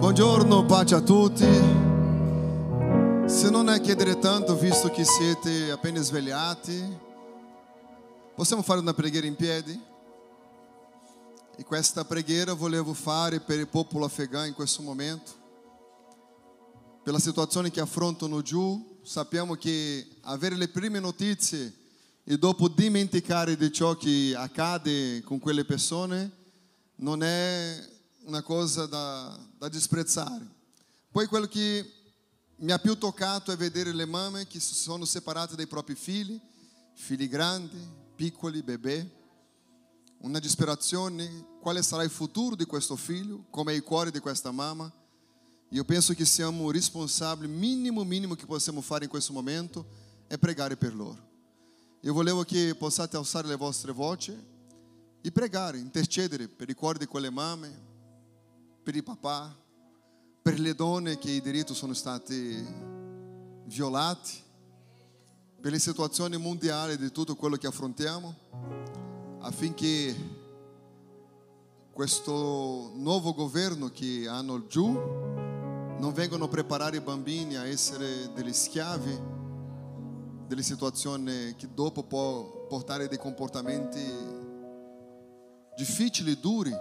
Buongiorno, pace a tutti. Se non è chiedere tanto, visto che siete appena svegliati, possiamo fare una preghiera in piedi? E questa preghiera volevo fare per il popolo afghano in questo momento, per la situazione che affrontano giù. Sappiamo che avere le prime notizie e dopo dimenticare di ciò che accade con quelle persone non è una cosa da disprezzare. Poi quello che mi ha più toccato è vedere le mamme che si sono separate dai propri figli grandi, piccoli, bebè. Una disperazione, quale sarà il futuro di questo figlio, come è il cuore di questa mamma. Io penso che siamo responsabili, minimo che possiamo fare in questo momento è pregare per loro. Io volevo che possiate alzare le vostre voci e pregare, intercedere per i cuori di quelle mamme, per i papà, per le donne che i diritti sono stati violati, per le situazioni mondiali di tutto quello che affrontiamo, affinché questo nuovo governo che hanno giù non vengano a preparare i bambini a essere degli schiavi delle situazioni che dopo può portare dei comportamenti difficili, duri.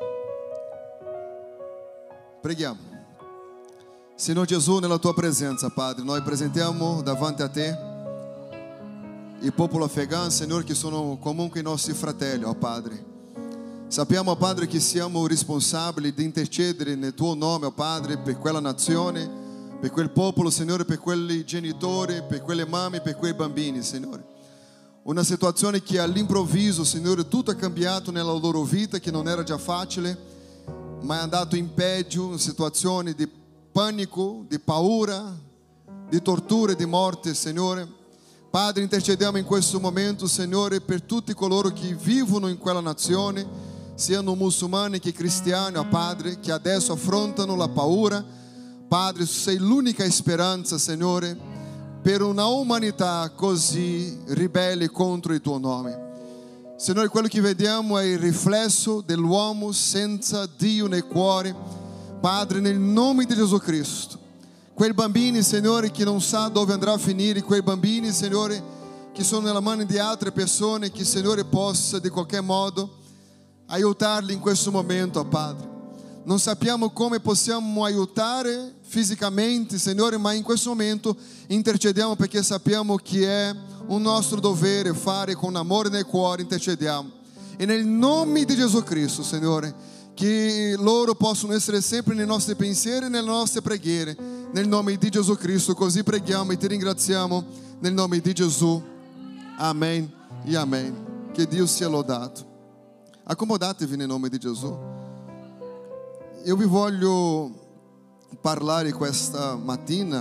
Preghiamo. Signor Gesù, nella tua presenza, Padre, noi presentiamo davanti a te il popolo afghano, Signore, che sono comunque i nostri fratelli, oh Padre. Sappiamo, Padre, che siamo responsabili di intercedere nel tuo nome, oh Padre, per quella nazione, per quel popolo, Signore, per quei genitori, per quelle mamme, per quei bambini, Signore. Una situazione che all'improvviso, Signore, tutto è cambiato nella loro vita, che non era già facile, ma è andato in peggio, una situazione di panico, di paura, di tortura e di morte, Signore. Padre, intercediamo in questo momento, Signore, per tutti coloro che vivono in quella nazione, siano musulmani che cristiani, oh Padre, che adesso affrontano la paura. Padre, sei l'unica speranza, Signore, per una umanità così ribelle contro il tuo nome. Signore, quello che vediamo è il riflesso dell'uomo senza Dio nel cuore. Padre, nel nome di Gesù Cristo, quei bambini, Signore, che non sa dove andrà a finire, quei bambini, Signore, che sono nella mano di altre persone, che, Signore, possa di qualche modo aiutarli in questo momento, oh Padre. Non sappiamo come possiamo aiutare fisicamente, Signore, ma in questo momento intercediamo perché sappiamo che è un nostro dovere fare con amore nel cuore, intercediamo. E nel nome di Gesù Cristo, Signore, che loro possano essere sempre nei nostri pensieri e nelle nostre preghiere. Nel nome di Gesù Cristo, così preghiamo e ti ringraziamo nel nome di Gesù. Amen e amen. Che Dio sia lodato. Accomodatevi nel nome di Gesù. Io vi voglio parlare questa mattina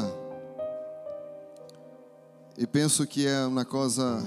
e penso che è una cosa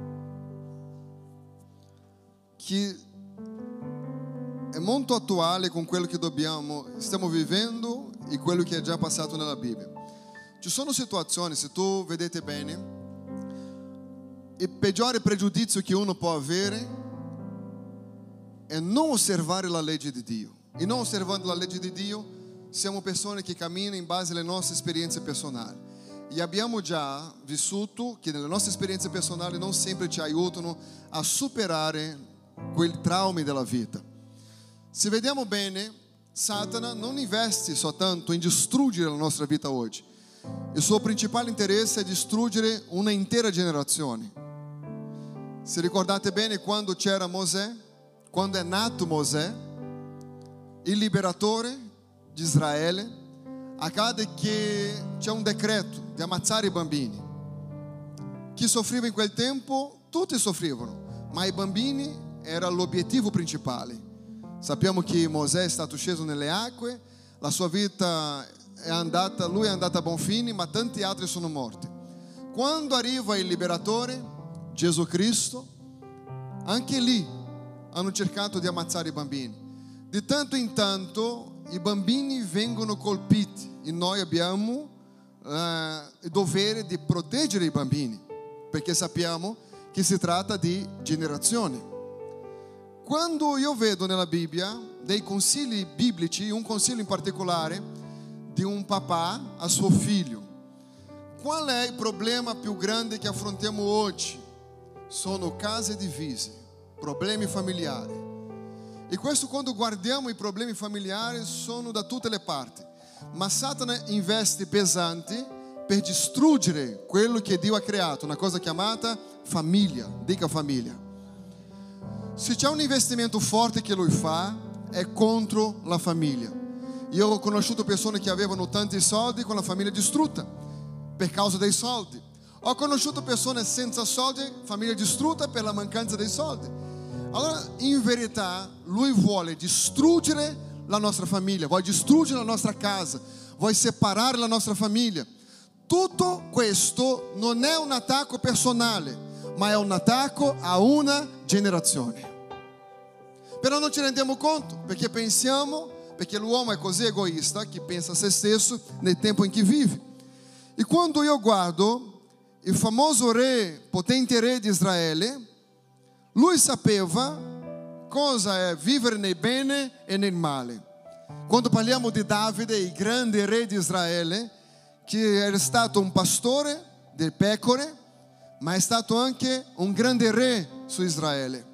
che è molto attuale con quello che stiamo vivendo e quello che è già passato nella Bibbia. Ci sono situazioni, se tu vedete bene, il peggiore pregiudizio che uno può avere è non osservare la legge di Dio. E non osservando la legge di Dio, siamo persone che camminano in base alle nostre esperienze personali. E abbiamo già vissuto che nelle nostre esperienze personali non sempre ci aiutano a superare quei traumi della vita. Se vediamo bene, Satana non investe soltanto in distruggere la nostra vita oggi. Il suo principale interesse è distruggere una intera generazione. Se ricordate bene, quando c'era Mosè, quando è nato Mosè, il liberatore di Israele, accade che c'è un decreto di ammazzare i bambini. Chi soffriva in quel tempo? Tutti soffrivano, ma i bambini era l'obiettivo principale. Sappiamo che Mosè è stato sceso nelle acque, la sua vita è andata, lui è andato a buon fine, ma tanti altri sono morti. Quando arriva il liberatore, Gesù Cristo, anche lì hanno cercato di ammazzare i bambini. Di tanto in tanto i bambini vengono colpiti e noi abbiamo il dovere di proteggere i bambini, perché sappiamo che si tratta di generazioni. Quando io vedo nella Bibbia dei consigli biblici, un consiglio in particolare di un papà a suo figlio. Qual è il problema più grande che affrontiamo oggi? Sono case divise, problemi familiari. E questo, quando guardiamo i problemi familiari, sono da tutte le parti. Ma Satana investe pesanti per distruggere quello che Dio ha creato, una cosa chiamata famiglia. Dica famiglia. Se c'è un investimento forte che lui fa, è contro la famiglia. Io ho conosciuto persone che avevano tanti soldi con la famiglia distrutta per causa dei soldi. Ho conosciuto persone senza soldi, famiglia distrutta per la mancanza dei soldi. Allora, in verità, lui vuole distruggere la nostra famiglia, vuole distruggere la nostra casa, vuole separare la nostra famiglia. Tutto questo non è un attacco personale, ma è un attacco a una generazione. Però non ci rendiamo conto, perché pensiamo, perché l'uomo è così egoista che pensa a se stesso nel tempo in cui vive. E quando io guardo il famoso re, potente re di Israele, lui sapeva cosa è vivere nel bene e nel male. Quando parliamo di Davide, il grande re di Israele, che era stato un pastore del pecore, ma è stato anche un grande re su Israele.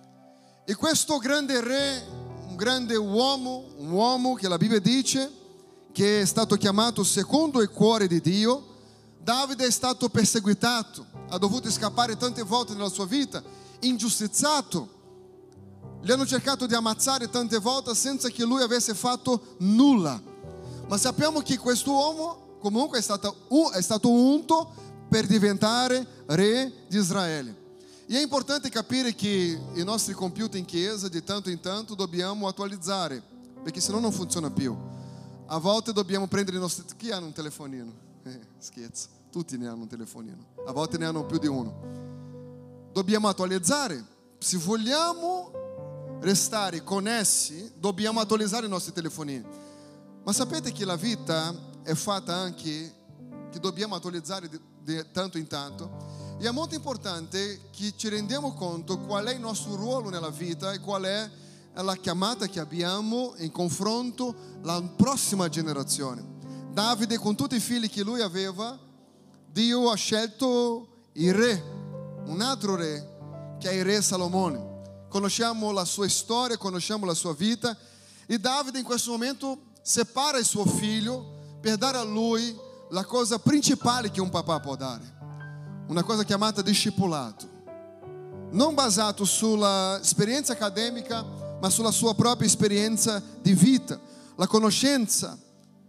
E questo grande re, un grande uomo, un uomo che la Bibbia dice che è stato chiamato secondo il cuore di Dio, Davide è stato perseguitato, ha dovuto scappare tante volte nella sua vita, ingiustiziato. Gli hanno cercato di ammazzare tante volte senza che lui avesse fatto nulla. Ma sappiamo che questo uomo comunque è stato unto per diventare re di Israele. E è importante capire che i nostri computer in chiesa di tanto in tanto dobbiamo attualizzare, perché senão non funziona più. A volte dobbiamo prendere i nostri... Chi ha un telefonino? Scherzo, tutti ne hanno un telefonino. A volte ne hanno più di uno. Dobbiamo attualizzare. Se vogliamo restare connessi, dobbiamo attualizzare i nostri telefonini. Ma sapete che la vita è fatta anche che dobbiamo attualizzare di tanto in tanto? E è molto importante che ci rendiamo conto qual è il nostro ruolo nella vita e qual è la chiamata che abbiamo in confronto alla prossima generazione. Davide, con tutti i figli che lui aveva, Dio ha scelto il re, un altro re, che è il re Salomone. Conosciamo la sua storia, conosciamo la sua vita, e Davide in questo momento separa il suo figlio per dare a lui la cosa principale che un papà può dare, una cosa chiamata discepolato, non basato sulla esperienza accademica, ma sulla sua propria esperienza di vita, la conoscenza,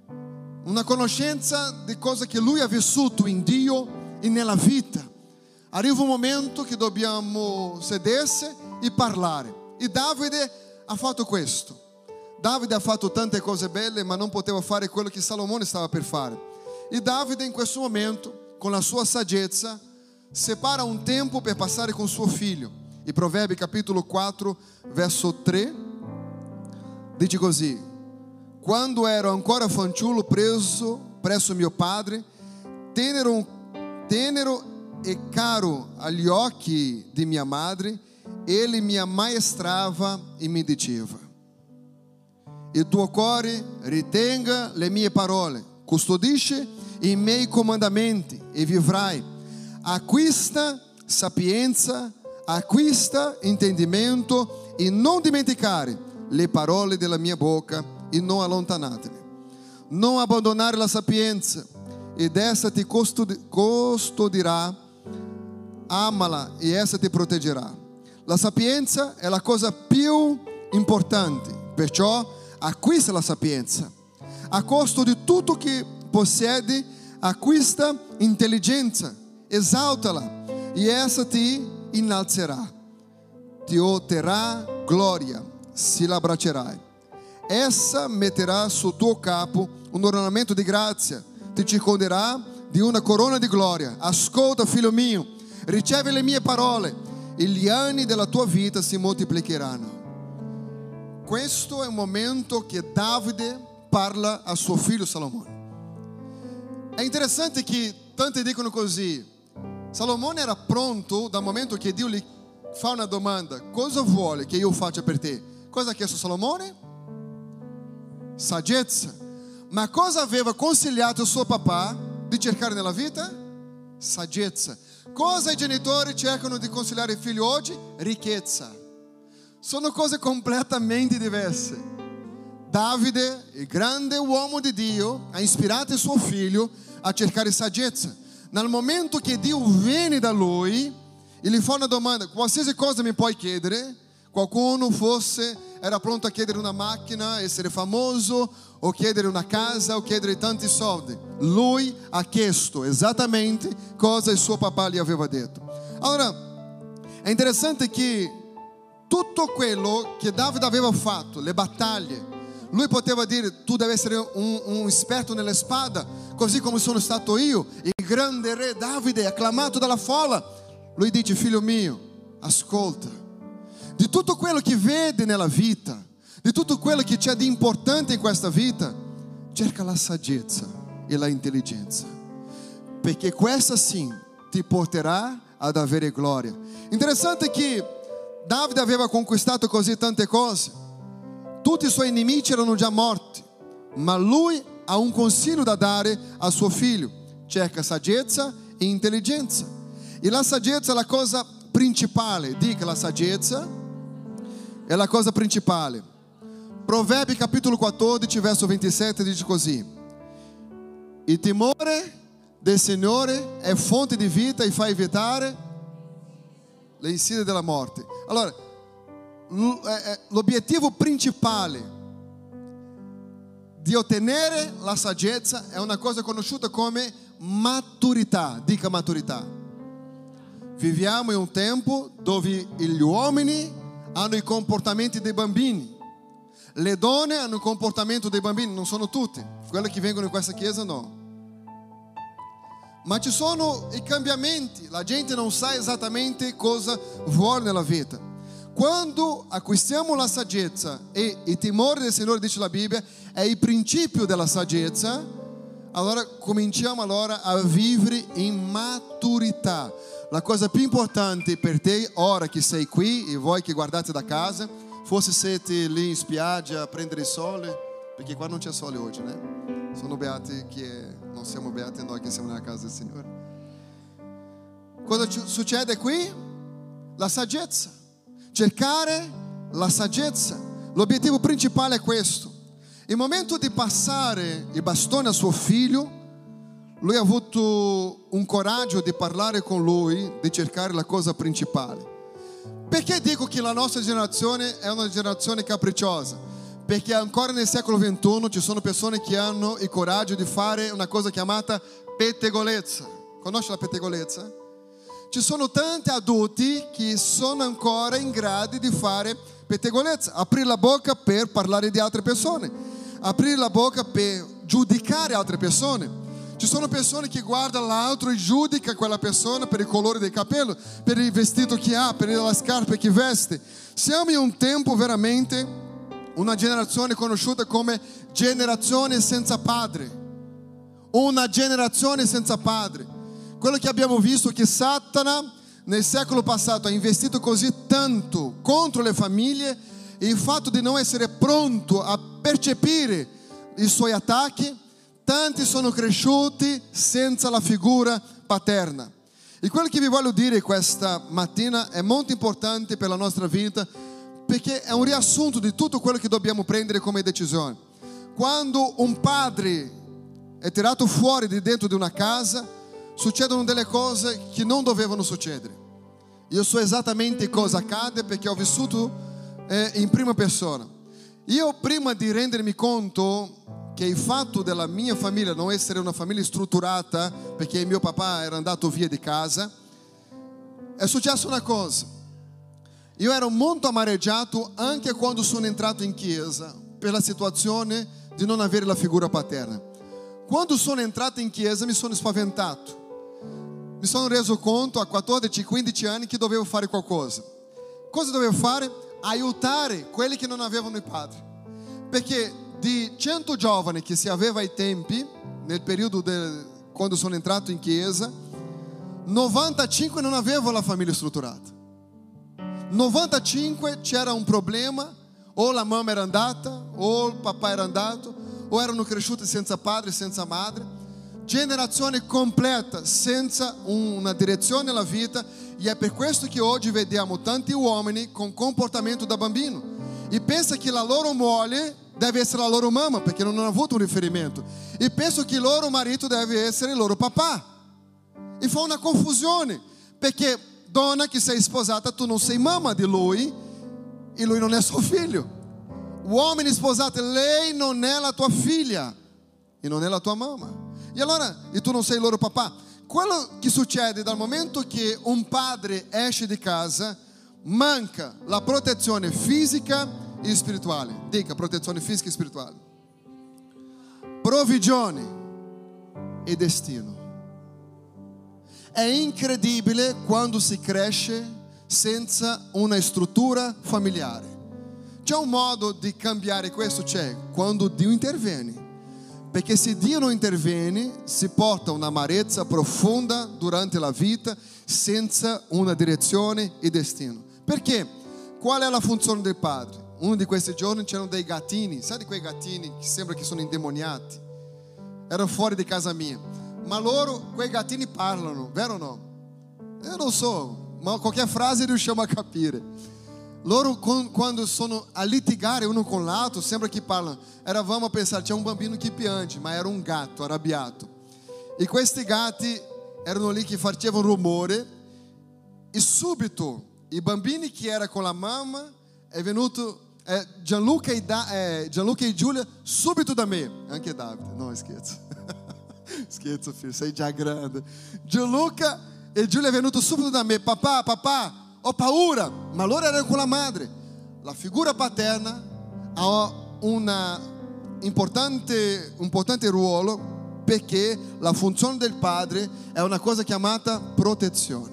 una conoscenza di cosa che lui ha vissuto in Dio e nella vita. Arriva un momento che dobbiamo sedersi e parlare, e Davide ha fatto questo. Davide ha fatto tante cose belle, ma non poteva fare quello che Salomone stava per fare. E Davide in questo momento, con la sua saggezza, separa un tempo per passare con suo figlio. E Proverbi capitolo 4 verso 3 dice così: quando ero ancora fanciullo presso mio padre, tenero e caro agli occhi di mia madre, ele mi ammaestrava e mi diceva: il tuo cuore ritenga le mie parole, custodisce i miei comandamenti e vivrai. Acquista sapienza, acquista intendimento e non dimenticare le parole della mia bocca e non allontanatele. Non abbandonare la sapienza, ed essa ti custodirà, amala e essa ti proteggerà. La sapienza è la cosa più importante, perciò acquista la sapienza. A costo di tutto che possiede, acquista intelligenza, esaltala e essa ti innalzerà. Ti otterrà gloria se la abbraccerai. Essa metterà sul tuo capo un ornamento di grazia, ti circonderà di una corona di gloria. Ascolta, figlio mio, ricevi le mie parole e gli anni della tua vita si moltiplicheranno. Questo è un momento che Davide parla a suo figlio Salomone. È interessante che tanti dicono così: Salomone era pronto dal momento che Dio gli fa una domanda: cosa vuole che io faccia per te? Cosa ha chiesto Salomone? Saggezza. Ma cosa aveva consigliato suo papà di cercare nella vita? Saggezza. Cosa i genitori cercano di consigliare ai figli oggi? Ricchezza. Sono cose completamente diverse. Davide, il grande uomo di Dio, ha ispirato il suo figlio a cercare saggezza. Nel momento che Dio viene da lui e gli fa una domanda: qualsiasi cosa mi puoi chiedere. Qualcuno era pronto a chiedere una macchina, essere famoso, o chiedere una casa, o chiedere tanti soldi. Lui ha chiesto esattamente cosa il suo papà gli aveva detto. Allora, è interessante che tutto quello che Davide aveva fatto, le battaglie, lui poteva dire: tu devi essere un esperto nella spada, così come sono stato io, il grande re Davide, acclamato dalla folla. Lui dice: figlio mio, ascolta, di tutto quello che vede nella vita, di tutto quello che c'è di importante in questa vita, cerca la saggezza e la intelligenza, perché questa sì ti porterà ad avere gloria. Interessante che Davide aveva conquistato così tante cose, tutti i suoi nemici erano già morti, ma lui ha un consiglio da dare a suo figlio: cerca saggezza e intelligenza. E la saggezza è la cosa principale. Dica: la saggezza è la cosa principale. Proverbi capitolo 14 verso 27 dice così: il timore del Signore è fonte di vita e fa evitare le insidie della morte. Allora, l'obiettivo principale di ottenere la saggezza è una cosa conosciuta come maturità. Dica: maturità. Viviamo in un tempo dove gli uomini hanno i comportamenti dei bambini, le donne hanno il comportamento dei bambini. Non sono tutti, quelli che vengono in questa chiesa no, ma ci sono i cambiamenti. La gente non sa esattamente cosa vuole nella vita. Quando acquistiamo la saggezza, e il timore del Signore, dice la Bibbia, è il principio della saggezza, allora cominciamo a vivere in maturità. La cosa più importante per te, ora che sei qui e voi che guardate da casa, forse siete lì in spiaggia a prendere il sole, perché qua non c'è sole oggi, né? Sono beati che non siamo beati noi che siamo nella casa del Signore. Cosa succede qui? La saggezza. Cercare la saggezza. L'obiettivo principale è questo. Il momento di passare il bastone a suo figlio, lui ha avuto un coraggio di parlare con lui, di cercare la cosa principale. Perché dico che la nostra generazione è una generazione capricciosa? Perché ancora nel secolo XXI ci sono persone che hanno il coraggio di fare una cosa chiamata pettegolezza. Conosci la pettegolezza? Ci sono tanti adulti che sono ancora in grado di fare pettegolezza, aprire la bocca per parlare di altre persone, aprire la bocca per giudicare altre persone. Ci sono persone che guardano l'altro e giudicano quella persona per il colore dei capelli, per il vestito che ha, per le scarpe che veste. Siamo in un tempo veramente, una generazione conosciuta come generazione senza padre. Una generazione senza padre. Quello che abbiamo visto è che Satana nel secolo passato ha investito così tanto contro le famiglie, e il fatto di non essere pronto a percepire i suoi attacchi, tanti sono cresciuti senza la figura paterna. E quello che vi voglio dire questa mattina è molto importante per la nostra vita, perché è un riassunto di tutto quello che dobbiamo prendere come decisione. Quando un padre è tirato fuori di dentro di una casa, succedono delle cose che non dovevano succedere. Io so esattamente cosa accade perché ho vissuto in prima persona. Io, prima di rendermi conto che il fatto della mia famiglia non essere una famiglia strutturata, perché mio papà era andato via di casa, è successa una cosa. Io ero molto amareggiato anche quando sono entrato in chiesa per la situazione di non avere la figura paterna. Quando sono entrato in chiesa mi sono spaventato. Mi sono reso conto a 14-15 anni che dovevo fare qualcosa. Cosa dovevo fare? Aiutare quelli che non avevano i padri. Perché di 100 giovani che si aveva ai tempi, nel periodo quando sono entrato in chiesa, 95 non avevano la famiglia strutturata. 95 c'era un problema, o la mamma era andata, o il papà era andato, o erano cresciuti senza padre, senza madre, generazione completa senza una direzione nella vita, e è per questo che oggi vediamo tanti uomini con comportamento da bambino e pensa che la loro moglie deve essere la loro mamma perché non hanno avuto un riferimento, e penso che il loro marito deve essere il loro papà, e fa una confusione perché donna che sei sposata tu non sei mamma di lui e lui non è suo figlio. Uomini sposati, lei non è la tua figlia e non è la tua mamma, e allora e tu non sei il loro papà. Quello che succede dal momento che un padre esce di casa, manca la protezione fisica e spirituale. Dica protezione fisica e spirituale, provvigione e destino. È incredibile quando si cresce senza una struttura familiare. C'è un modo di cambiare questo? C'è quando Dio interviene. Perché se Dio non interviene, si porta un'amarezza profonda durante la vita senza una direzione e destino. Perché? Qual è la funzione del padre? Uno di questi giorni c'erano dei gattini, sai di quei gattini che sembra che sono indemoniati? Erano fuori di casa mia, ma loro, quei gattini parlano, vero o no? Io non so, ma qualche frase riusciamo a capire. Loro quando sono a litigare uno con l'altro, sembra che parlano. Eravamo a pensare, c'è un bambino che piange, ma era un gatto arrabbiato. E questi gatti erano lì che facevano rumore, e subito i bambini che era con la mamma è venuto Gianluca e Giulia subito da me, anche Davide, no scherzo. Scherzo figlio, sei già grande. Gianluca e Giulia è venuto subito da me, papà, ho paura, ma loro erano con la madre. La figura paterna ha un importante ruolo, perché la funzione del padre è una cosa chiamata protezione.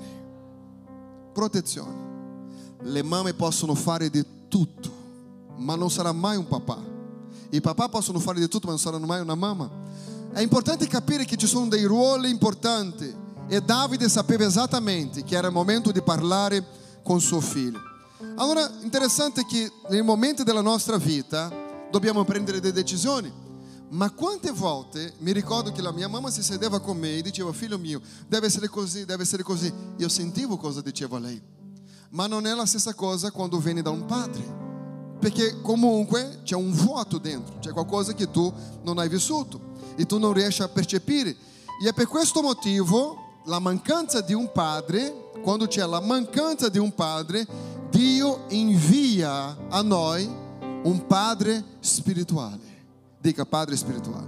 Protezione. Le mamme possono fare di tutto, ma non sarà mai un papà. I papà possono fare di tutto, ma non saranno mai una mamma. È importante capire che ci sono dei ruoli importanti, e Davide sapeva esattamente che era il momento di parlare con suo figlio. Allora, interessante che nei momenti della nostra vita dobbiamo prendere delle decisioni. Ma quante volte mi ricordo che la mia mamma si sedeva con me e diceva: figlio mio, deve essere così, deve essere così. Io sentivo cosa diceva lei, ma non è la stessa cosa quando viene da un padre, perché comunque c'è un vuoto dentro, c'è qualcosa che tu non hai vissuto e tu non riesci a percepire. E è per questo motivo la mancanza di un padre, quando c'è la mancanza di un padre, Dio invia a noi un padre spirituale. Dica padre spirituale.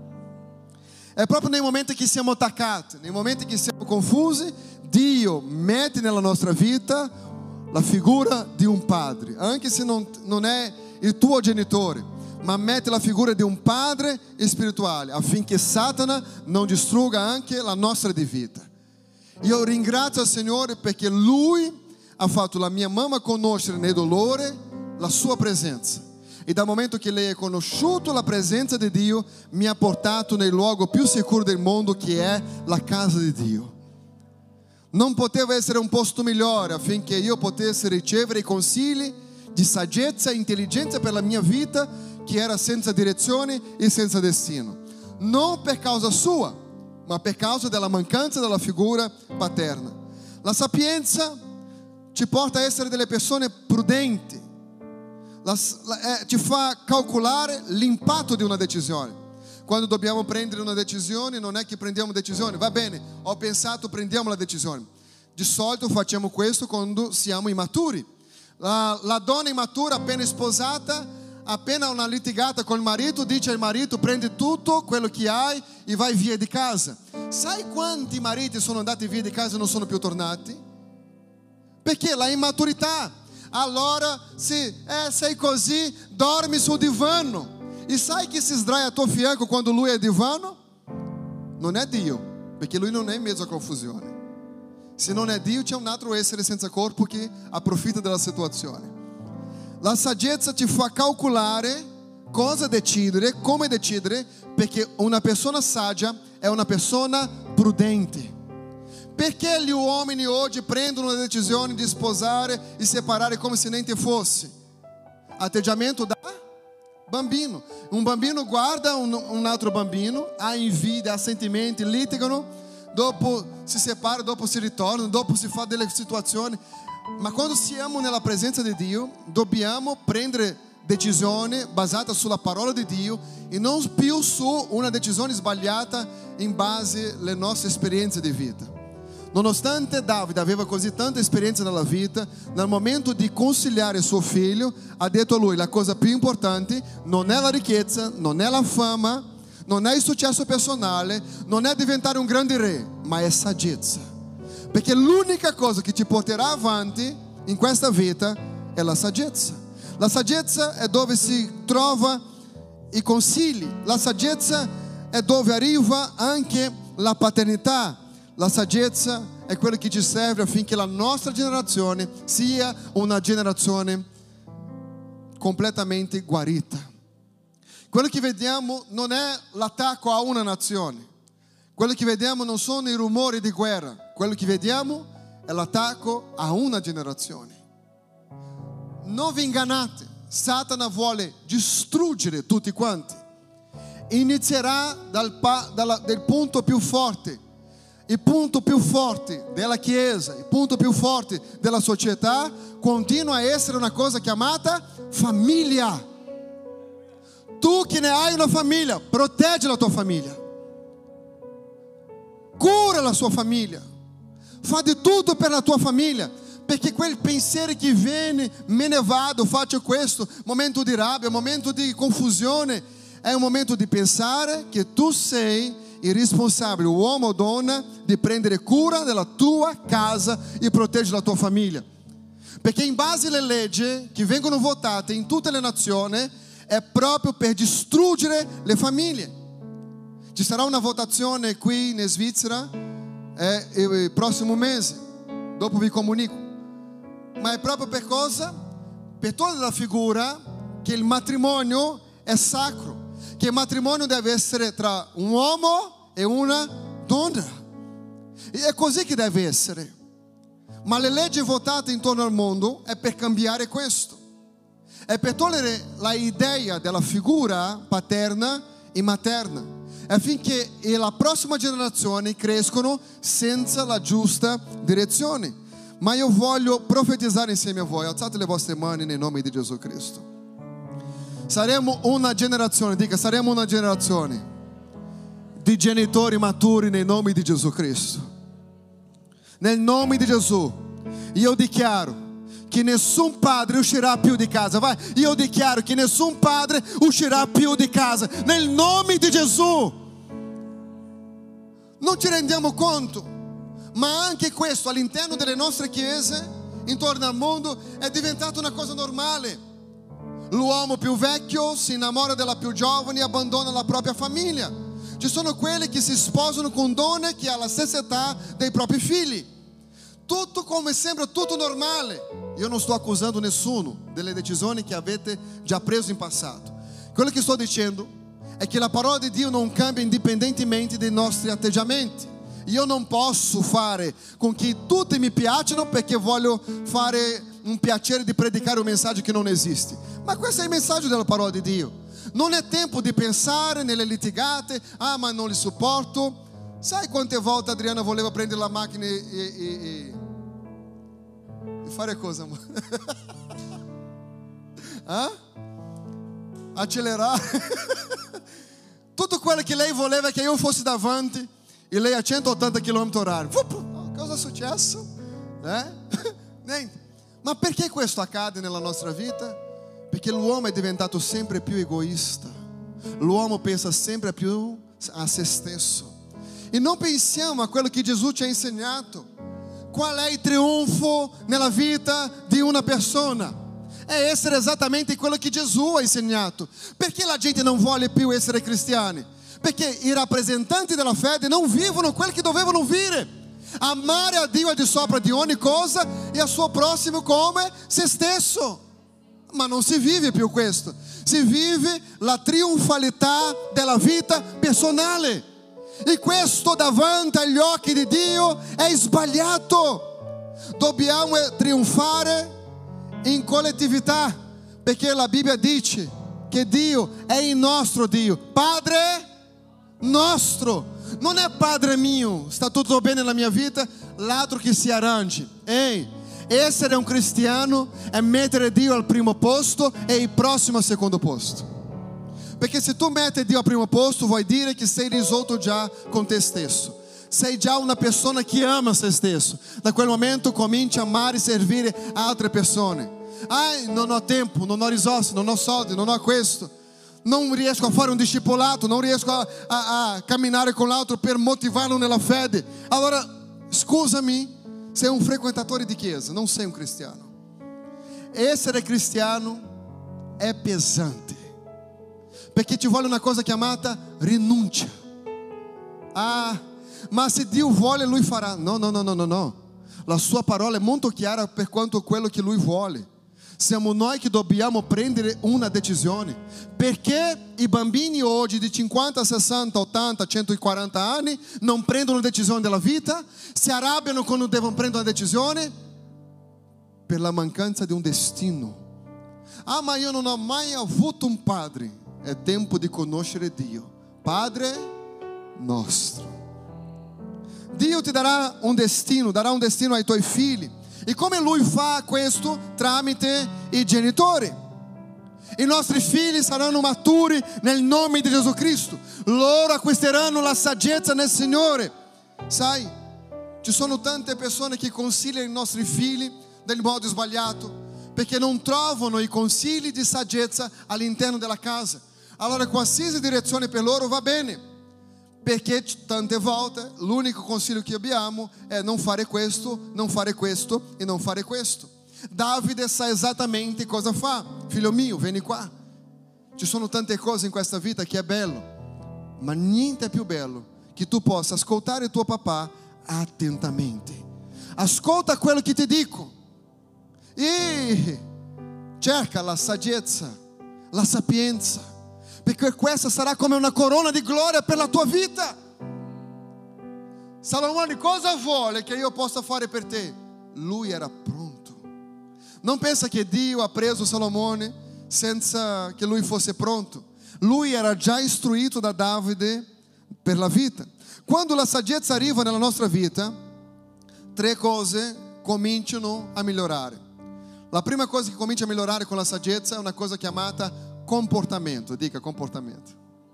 È proprio nei momenti che siamo attaccati, nei momenti che siamo confusi, Dio mette nella nostra vita la figura di un padre, anche se non è il tuo genitore, ma mette la figura di un padre spirituale affinché Satana non distrugga anche la nostra di vita. Io ringrazio il Signore perché Lui ha fatto la mia mamma conoscere nel dolore la sua presenza, e dal momento che lei ha conosciuto la presenza di Dio mi ha portato nel luogo più sicuro del mondo, che è la casa di Dio. Non poteva essere un posto migliore affinché io potessi ricevere i consigli di saggezza e intelligenza per la mia vita, che era senza direzione e senza destino, non per causa sua, ma per causa della mancanza della figura paterna. La sapienza ci porta a essere delle persone prudenti, ci fa calcolare l'impatto di una decisione. Quando dobbiamo prendere una decisione, non è che prendiamo decisione, va bene, ho pensato, prendiamo la decisione. Di solito facciamo questo quando siamo immaturi. La donna immatura, appena sposata, appena una litigata con il marito, dice al marito: prendi tutto quello che hai e vai via di casa. Sai quanti mariti sono andati via di casa e non sono più tornati? Perché la immaturità. Allora, sei così, dormi sul divano. E sai chi si sdraia a tuo fianco quando lui è al divano? Non è Dio, perché lui non è in mezzo a confusione. Se non è Dio, c'è un altro essere senza corpo che approfitta della situazione. La saggezza ti fa calcolare cosa decidere, come decidere, perché una persona saggia è una persona prudente. Perché gli uomini oggi prendono la decisione di sposare e separare come se niente fosse? Atteggiamento da Bambino. Un bambino guarda un altro bambino, ha invidia, ha sentimenti, litigano, dopo si separano, dopo si ritornano, dopo si fa delle situazioni. Ma quando siamo nella presenza di Dio, dobbiamo prendere decisioni basate sulla parola di Dio e non più su una decisione sbagliata in base alle nostre esperienze di vita. Nonostante Davide aveva così tanta esperienza nella vita, nel momento di consigliare suo figlio, ha detto a lui: la cosa più importante non è la ricchezza, non è la fama, non è il successo personale, non è diventare un grande re, ma è saggezza. Perché l'unica cosa che ti porterà avanti in questa vita è la saggezza. La saggezza è dove si trova i consigli, la saggezza è dove arriva anche la paternità. La saggezza è quello che ci serve affinché la nostra generazione sia una generazione completamente guarita. Quello che vediamo non è l'attacco a una nazione. Quello che vediamo non sono i rumori di guerra. Quello che vediamo è l'attacco a una generazione. Non vi ingannate, Satana vuole distruggere tutti quanti. Inizierà del punto più forte. Il punto più forte della Chiesa, il punto più forte della società continua a essere una cosa chiamata famiglia. Tu che ne hai una famiglia, proteggi la tua famiglia, cura la sua famiglia, fa di tutto per la tua famiglia, perché quel pensiero che viene, me ne vado, faccio questo, momento di rabbia, momento di confusione, è un momento di pensare che tu sei il responsabile, uomo o donna, di prendere cura della tua casa e proteggere la tua famiglia. Perché in base alle leggi che vengono votate in tutte le nazioni è proprio per distruggere le famiglie. Ci sarà una votazione qui in Svizzera il prossimo mese, dopo vi comunico. Ma è proprio per cosa? Per togliere la figura che il matrimonio è sacro, che il matrimonio deve essere tra un uomo e una donna. E è così che deve essere. Ma le leggi votate intorno al mondo è per cambiare questo. È per togliere l'idea della figura paterna e materna, affinché la prossima generazione crescono senza la giusta direzione. Ma io voglio profetizzare insieme a voi. Alzate le vostre mani nel nome di Gesù Cristo. Saremo una generazione, dica, saremo una generazione di genitori maturi nel nome di Gesù Cristo. Nel nome di Gesù, io dichiaro che nessun padre uscirà più di casa. Vai, io dichiaro che nessun padre uscirà più di casa. Nel nome di Gesù. Non ci rendiamo conto, ma anche questo all'interno delle nostre chiese, intorno al mondo, è diventato una cosa normale. L'uomo più vecchio si innamora della più giovane e abbandona la propria famiglia. Ci sono quelli che si sposano con donne che hanno la stessa età dei propri figli. Tutto come sembra tutto normale. Io non sto accusando nessuno delle decisioni che avete già preso in passato. Quello che sto dicendo è che la parola di Dio non cambia indipendentemente dai nostri atteggiamenti. Io non posso fare con che tutti mi piacciono perché voglio fare un piacere di predicare un messaggio che non esiste. Ma questo è il messaggio della parola di Dio. Non è tempo di pensare nelle litigate. Ah, ma non li sopporto. Sai quante volte Adriana voleva prendere la macchina e fare cosa? Accelerare. Tutto quello che lei voleva che io fossi davanti e lei a 180 km/h. Cosa è successo? Niente. Ma perché questo accade nella nostra vita? Perché l'uomo è diventato sempre più egoista. L'uomo pensa sempre più a se stesso. E non pensiamo a quello che Gesù ci ha insegnato. Qual è il trionfo nella vita di una persona? È essere esattamente quello che Gesù ha insegnato. Perché la gente non vuole più essere cristiani? Perché i rappresentanti della fede non vivono quello che dovevano vivere. Amare a Dio al di sopra di ogni cosa e al suo prossimo come se stesso. Ma non si vive più questo. Si vive la trionfalità della vita personale. E questo davanti agli occhi di Dio è sbagliato. Dobbiamo trionfare in collettività, perché la Bibbia dice che Dio è il nostro Dio, Padre nostro. Non è Padre mio, sta tutto bene nella mia vita, l'altro che si arrangi. Ehi, essere un cristiano è mettere Dio al primo posto e il prossimo al secondo posto. Perché se tu metti Dio al primo posto, vuol dire che sei risolto già con te stesso. Sei già una persona che ama se stesso. Da quel momento cominci a amare e servire altre persone. Non ho tempo, non ho risorse, non ho soldi, non ho questo. Non riesco a fare un discepolato, non riesco a camminare con l'altro per motivarlo nella fede. Allora, scusami, sei un frequentatore di chiesa, non sei un cristiano. Essere cristiano è pesante, perché ci vuole una cosa chiamata rinuncia. Ma se Dio vuole, Lui farà. No. La sua parola è molto chiara per quanto quello che Lui vuole. Siamo noi che dobbiamo prendere una decisione. Perché i bambini oggi di 50, 60, 80, 140 anni non prendono decisione della vita? Si arrabbiano quando devono prendere una decisione? Per la mancanza di un destino. Ma io non ho mai avuto un padre. È tempo di conoscere Dio, Padre nostro. Dio ti darà un destino ai tuoi figli. E come Lui fa questo? Tramite i genitori. I nostri figli saranno maturi nel nome di Gesù Cristo. Loro acquisteranno la saggezza nel Signore. Sai, ci sono tante persone che consigliano i nostri figli nel modo sbagliato, perché non trovano i consigli di saggezza all'interno della casa. Allora qualsiasi direzione per loro va bene, perché tante volte l'unico consiglio che abbiamo è non fare questo e non fare questo. Davide sa esattamente cosa fa. Figlio mio, vieni qua. Ci sono tante cose in questa vita che è bello, ma niente è più bello che tu possa ascoltare tuo papà attentamente. Ascolta quello che ti dico e cerca la saggezza, la sapienza, perché questa sarà come una corona di gloria per la tua vita. Salomone cosa vuole che io possa fare per te? Lui era pronto. Non pensa che Dio ha preso Salomone senza che lui fosse pronto. Lui era già istruito da Davide per la vita. Quando la saggezza arriva nella nostra vita, 3 cose cominciano a migliorare. La prima cosa che comincia a migliorare con la saggezza è una cosa chiamata comportamento. Dica comportamento.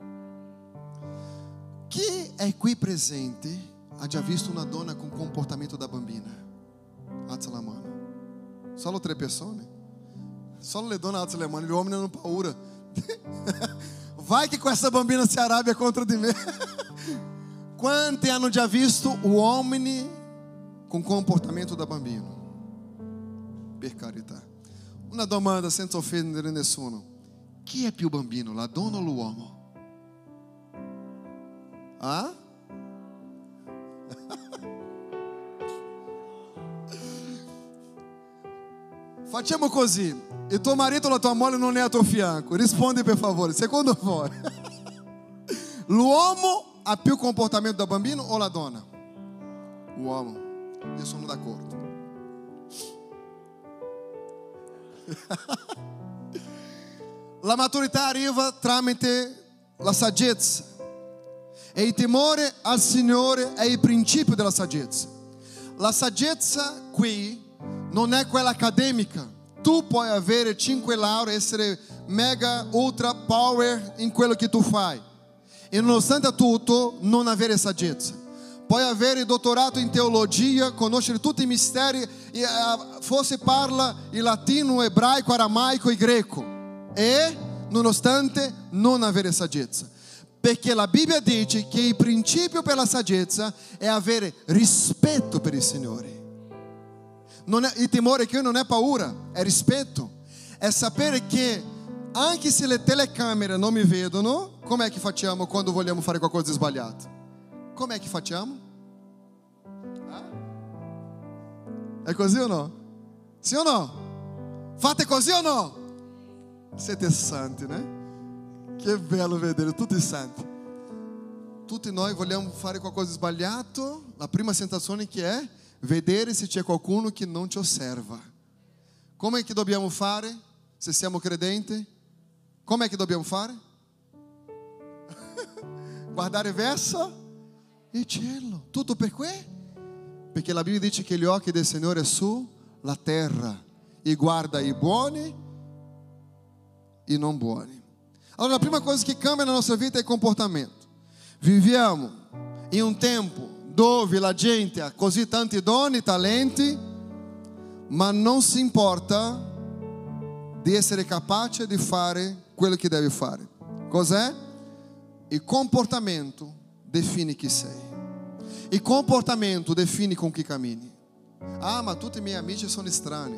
Chi è qui presente ha già visto una donna con comportamento da bambina? Alza la mano. Solo 3 persone. Solo le donne alzano le mani, gli uomini hanno paura. Vai che questa bambina si arrabbia contro di me. Quanti hanno già visto uomini con comportamento da bambino? Per carità. Una domanda senza offendere nessuno. Chi è più bambino, la donna o l'uomo? Facciamo così. Il tuo marito o la tua moglie non è a tuo fianco. Rispondi per favore. Secondo voi, l'uomo ha più comportamento da bambino o la donna? Uomo. Io sono d'accordo. La maturità arriva tramite la saggezza. E il temore al Signore è il principio della saggezza. La saggezza qui non è quella accademica. Tu puoi avere 5 lauree, essere mega, ultra, power in quello che tu fai e nonostante tutto non avere saggezza. Puoi avere dottorato in teologia, conoscere tutti i misteri, forse parla il latino, ebraico, aramaico e greco, e nonostante non avere saggezza. Perché la Bibbia dice che il principio per la saggezza è avere rispetto per il Signore. Il timore qui non è paura, è rispetto. È sapere che anche se le telecamere non mi vedono, com'è che facciamo quando vogliamo fare qualcosa di sbagliato? Com'è che facciamo? È così o no? Sì o no? Fate così o no? Siete santi, né? Che bello vedere tutti santi. Tutti noi vogliamo fare qualcosa di sbagliato. La prima sensazione che è vedere se c'è qualcuno che non ci osserva. Come è che dobbiamo fare se siamo credenti? Com'è che dobbiamo fare? Guardare verso il cielo. Tutto perché? Perché la Bibbia dice che gli occhi del Signore sono sulla terra e guarda i buoni e non buoni. Allora, la prima cosa che cambia nella nostra vita è il comportamento. Viviamo in un tempo dove la gente ha così tanti doni, talenti, ma non si importa di essere capace di fare quello che deve fare. Cos'è? Il comportamento define chi sei. Il comportamento define con chi cammini. Ah, ma tutti i miei amici sono strani.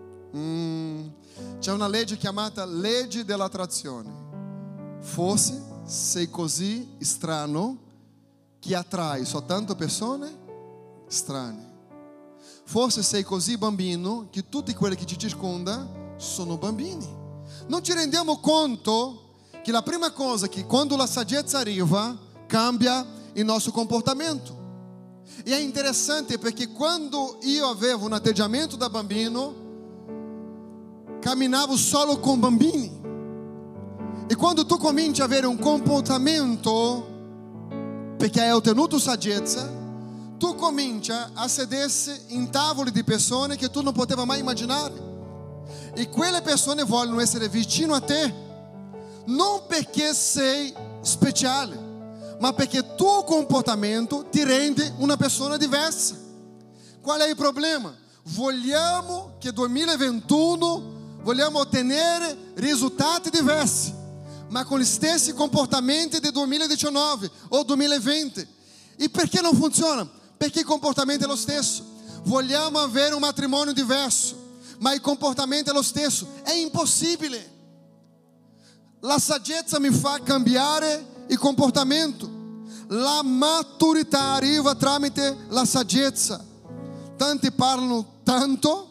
C'è una legge chiamata legge dell'attrazione. Forse sei così strano che attrai soltanto persone strane. Forse sei così bambino che tutti quelli che ci circondano sono bambini. Non ci rendiamo conto che la prima cosa che quando la saggezza arriva cambia il nostro comportamento. E è interessante perché quando io avevo un atteggiamento da bambino, camminavo solo con bambini. E quando tu cominci a avere un comportamento perché hai ottenuto saggezza, tu comincia a sedersi in tavoli di persone che tu non potevi mai immaginare. E quelle persone vogliono essere vicino a te, non perché sei speciale, ma perché il tuo comportamento ti rende una persona diversa. Qual è il problema? Vogliamo che 2021 vogliamo ottenere risultati diversi, ma con gli stessi comportamenti del 2019 o 2020. E perché non funziona? Perché il comportamento è lo stesso. Vogliamo avere un matrimonio diverso, ma il comportamento è lo stesso. È impossibile. La saggezza mi fa cambiare il comportamento. La maturità arriva tramite la saggezza. Tanti parlano tanto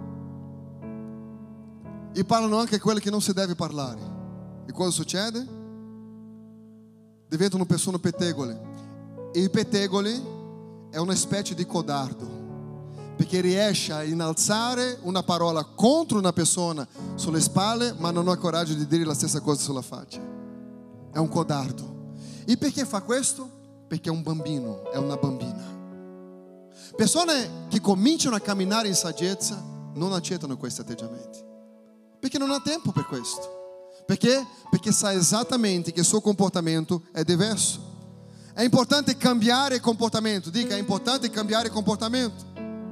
e parlano anche quello che non si deve parlare. E cosa succede? Diventano persone pettegole. E i pettegoli è una specie di codardo, perché riesce a innalzare una parola contro una persona sulle spalle, ma non ha coraggio di dire la stessa cosa sulla faccia. È un codardo. E perché fa questo? Perché è un bambino, è una bambina. Persone che cominciano a camminare in saggezza non accettano questi atteggiamenti, perché non ha tempo per questo. Perché? Perché sa esattamente che il suo comportamento è diverso. È importante cambiare il comportamento. Dica, è importante cambiare il comportamento.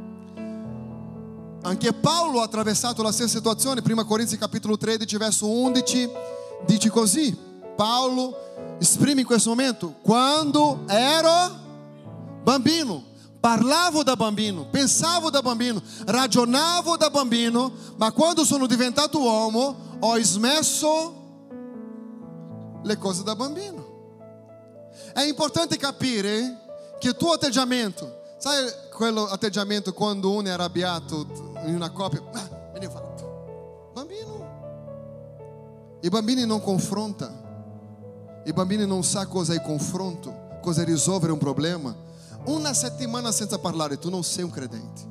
Anche Paolo ha attraversato la stessa situazione. 1 Corinzi capitolo 13 verso 11 dice così. Paolo esprime in questo momento: quando ero bambino, parlavo da bambino, pensavo da bambino, ragionavo da bambino, ma quando sono diventato uomo ho smesso le cose da bambino. È importante capire che il tuo atteggiamento, sai quello atteggiamento quando uno è arrabbiato in una coppia, viene fatto bambino. I bambini non confrontano, i bambini non sa cosa è il confronto, cosa è risolvere un problema. Una settimana senza parlare, tu non sei un credente.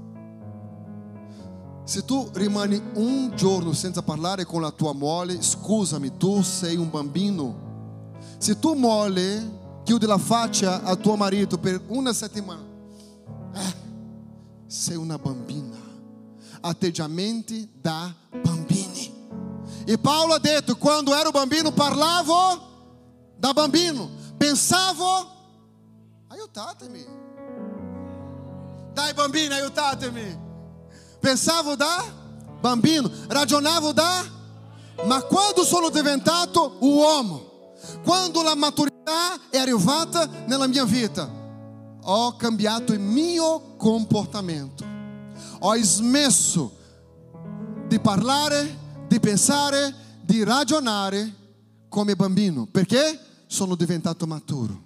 Se tu rimani un giorno senza parlare con la tua moglie, scusami, tu sei un bambino. Se tu moglie chiudi la faccia a tuo marito per una settimana, sei una bambina. Atteggiamenti da bambini. E Paolo ha detto: quando ero bambino parlavo da bambino, pensavo, aiutatemi, dai bambini, aiutatemi. Pensavo da bambino, ragionavo da, ma quando sono diventato uomo, quando la maturità è arrivata nella mia vita, ho cambiato il mio comportamento. Ho smesso di parlare, di pensare, di ragionare come bambino, perché sono diventato maturo.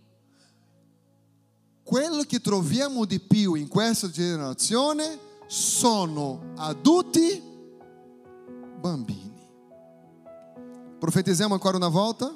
Quello che troviamo di più in questa generazione sono adulti bambini. Profetizziamo ancora una volta?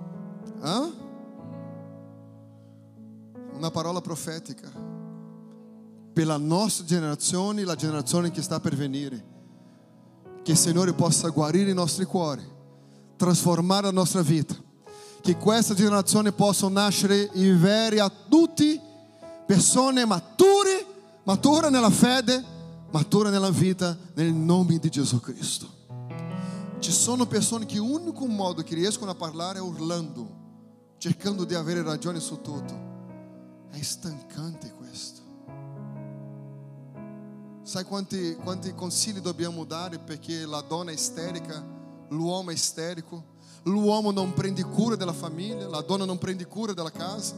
Una parola profetica per la nostra generazione, la generazione che sta per venire. Che il Signore possa guarire i nostri cuori, trasformare la nostra vita. Che questa generazione possano nascere i veri adulti, persone mature nella fede, mature nella vita, nel nome di Gesù Cristo. Ci sono persone che l'unico modo che riescono a parlare è urlando, cercando di avere ragione su tutto. È stancante questo. Sai quanti consigli dobbiamo dare perché la donna è isterica, l'uomo è isterico, l'uomo non prende cura della famiglia, la donna non prende cura della casa?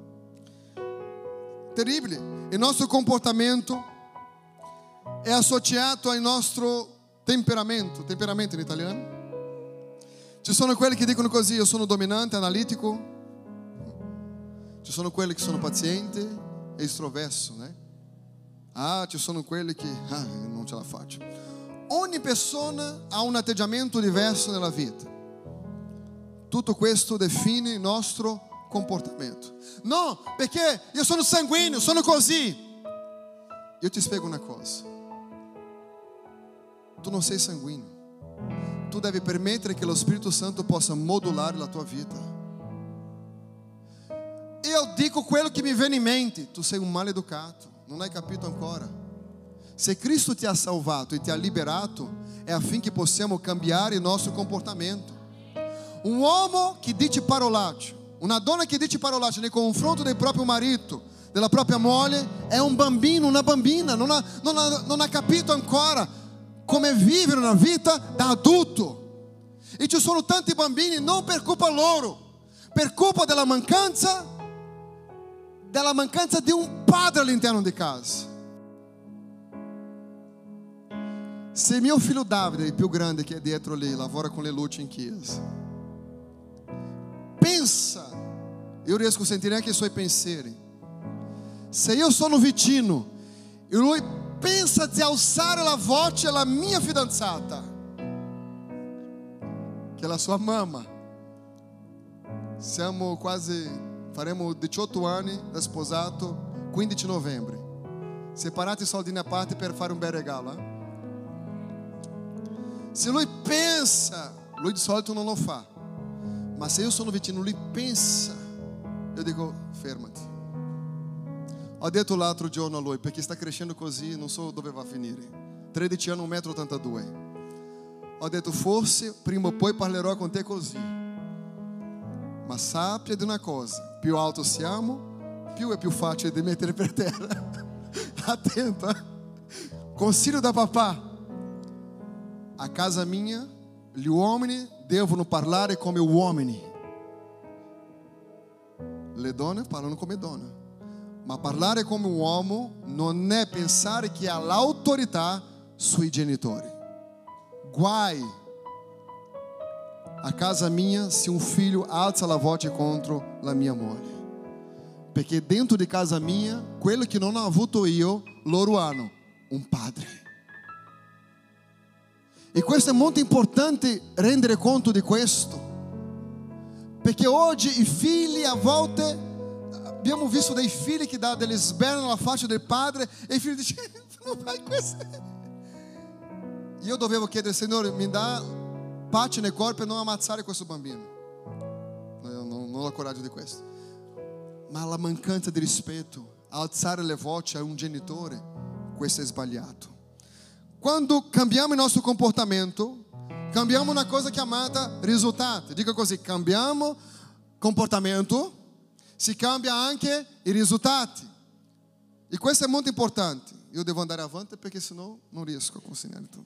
Terribile. Il nostro comportamento è associato al nostro temperamento in italiano. Ci sono quelli che dicono così: io sono dominante, analitico. Ci sono quelli che sono pazienti e estroverso, né? Ci sono quelli che non ce la faccio. Ogni persona ha un atteggiamento diverso nella vita. Tutto questo define il nostro comportamento. No, perché io sono sanguigno, sono così. Io ti spiego una cosa. Tu non sei sanguigno. Tu devi permettere che lo Spirito Santo possa modulare la tua vita. Io dico quello che mi viene in mente. Tu sei un maleducato, non hai capito ancora. Se Cristo ti ha salvato e ti ha liberato, è affinché possiamo cambiare il nostro comportamento. Un uomo che dice parolacce, una donna che dice parolacce nei confronti del proprio marito, della propria moglie, è un bambino, una bambina, non ha capito ancora come vivere una vita da adulto. E ci sono tanti bambini non per colpa loro, per colpa della mancanza di un padre all'interno di casa. Se mio figlio Davide, il più grande che è dietro lì, lavora con le luci in chiesa, pensa, io riesco a sentire anche i suoi pensieri. Se io sono vicino e lui pensa di alzare la voce alla mia fidanzata, che è la sua mamma, faremo 18 anni da sposato, 15 novembre, separati soldini a parte per fare un bel regalo. Se lui pensa, lui di solito non lo fa, ma se io sono vicino, lui pensa, io dico fermati. Ho detto l'altro giorno a lui, perché sta crescendo così, non so dove va a finire, 13 anni, 1,82 m. Ho detto forse prima o poi parlerò con te così, ma sappia di una cosa: più alto siamo, più è più facile di mettere per terra. Attento, consiglio da papà: a casa mia gli uomini devono parlare come uomini, le donne parlano come donne. Ma parlare come uomo non è pensare che ha l'autorità sui genitori. Guai a casa mia se un figlio alza la voce contro la mia moglie, perché dentro di casa mia, quello che non ho avuto io, loro hanno un padre. E questo è molto importante rendere conto di questo, perché oggi i figli a volte, abbiamo visto dei figli che dà delle sberle alla faccia del padre e il figlio dice non fai questo. Io dovevo chiedere: Signore, mi dà pace nel cuore per non ammazzare questo bambino. Non ho coraggio di questo. Ma la mancanza di rispetto, alzare le voci a un genitore, questo è sbagliato. Quando cambiamo il nostro comportamento, cambiamo una cosa chiamata risultati. Dica così: cambiamo comportamento, si cambia anche i risultati. E questo è molto importante. Io devo andare avanti perché sennò non riesco a consegnare tutto.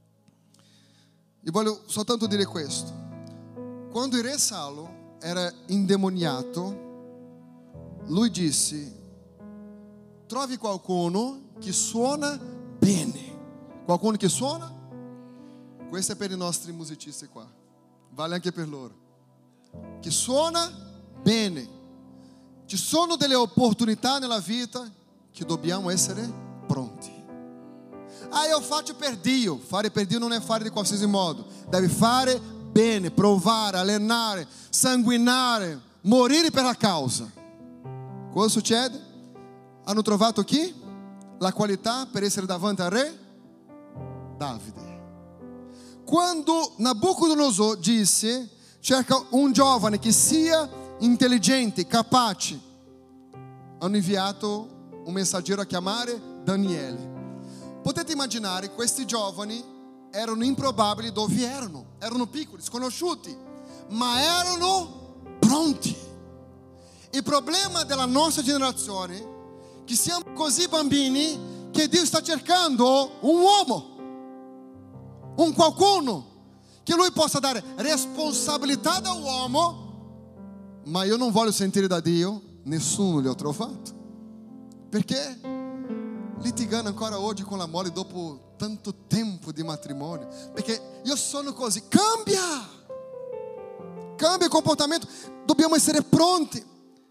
E voglio soltanto dire questo: quando il re Saulo era indemoniato, lui disse: trovi qualcuno che suona bene. Qualcuno che suona? Questo è per i nostri musicisti qua, vale anche per loro. Che suona bene. Ci sono delle opportunità nella vita che dobbiamo essere pronti. Io faccio per Dio. Fare per Dio non è fare di qualsiasi modo. Devi fare bene, provare, allenare, sanguinare, morire per la causa. Cosa succede? Hanno trovato chi? La qualità per essere davanti al re Davide. quando Nabucodonosor disse: cerca un giovane che sia intelligente, capace, hanno inviato un messaggero a chiamare Daniele. Potete immaginare, questi giovani erano improbabili dove erano piccoli, sconosciuti, ma erano pronti. Il problema della nostra generazione è che siamo così bambini che Dio sta cercando un uomo, un qualcuno che Lui possa dare responsabilità da uomo, ma io non voglio sentire da Dio, nessuno gli ho trovato. Perché litigando ancora oggi con la moglie dopo tanto tempo di matrimonio? Perché io sono così. Cambia il comportamento, dobbiamo essere pronti.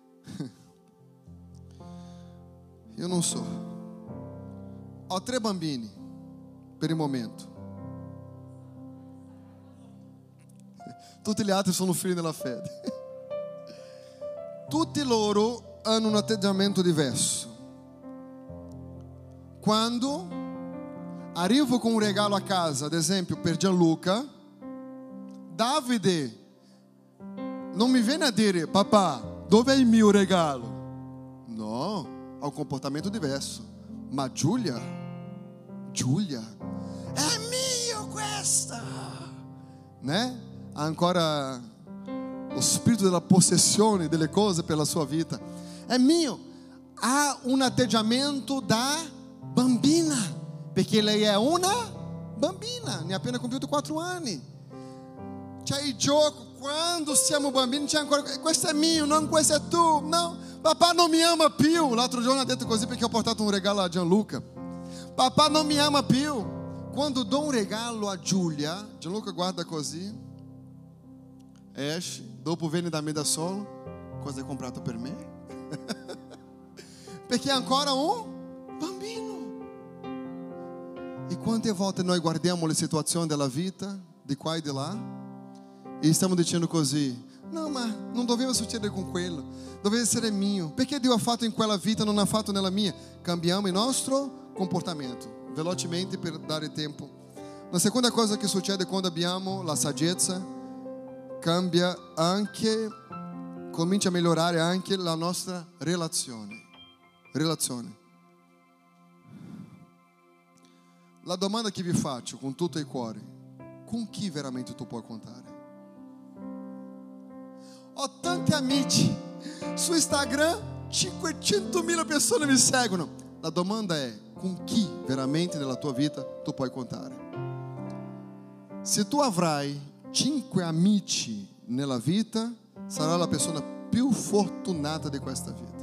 Io non so, ho 3 bambini per il momento. Tutti gli altri sono figli della fede. Tutti loro hanno un atteggiamento diverso. Quando arrivo con un regalo a casa, ad esempio per Gianluca, Davide non mi viene a dire: papà, dov'è il mio regalo? No, ha un comportamento diverso. Ma Giulia, è mio questa, né? Ha ancora lo spirito della possessione delle cose per la sua vita. È mio. Ha un atteggiamento da bambina, perché lei è una bambina, ne ha appena compiuto 4 anni. C'è il gioco, quando siamo bambini c'è ancora: questo è mio, non questo è tu, no, papà non mi ama più. L'altro giorno ha detto così perché ho portato un regalo a Gianluca: papà non mi ama più. Quando do un regalo a Giulia, Gianluca guarda così, esce, dopo viene da me da solo: cosa hai comprato per me? Perché è ancora un bambino. E quante volte noi guardiamo le situazioni della vita di qua e di là e stiamo dicendo così: no, ma non doveva succedere con quello, doveva essere mio. Perché Dio ha fatto in quella vita e non ha fatto nella mia? Cambiamo il nostro comportamento velocemente per dare tempo. La seconda cosa che succede quando abbiamo la saggezza, cambia anche, comincia a migliorare anche la nostra relazione. La domanda che vi faccio con tutto il cuore: con chi veramente tu puoi contare? Ho tanti amici su Instagram, 500.000 persone mi seguono. La domanda è: con chi veramente nella tua vita tu puoi contare? Se tu avrai 5 amici nella vita, sarai la persona più fortunata di questa vita.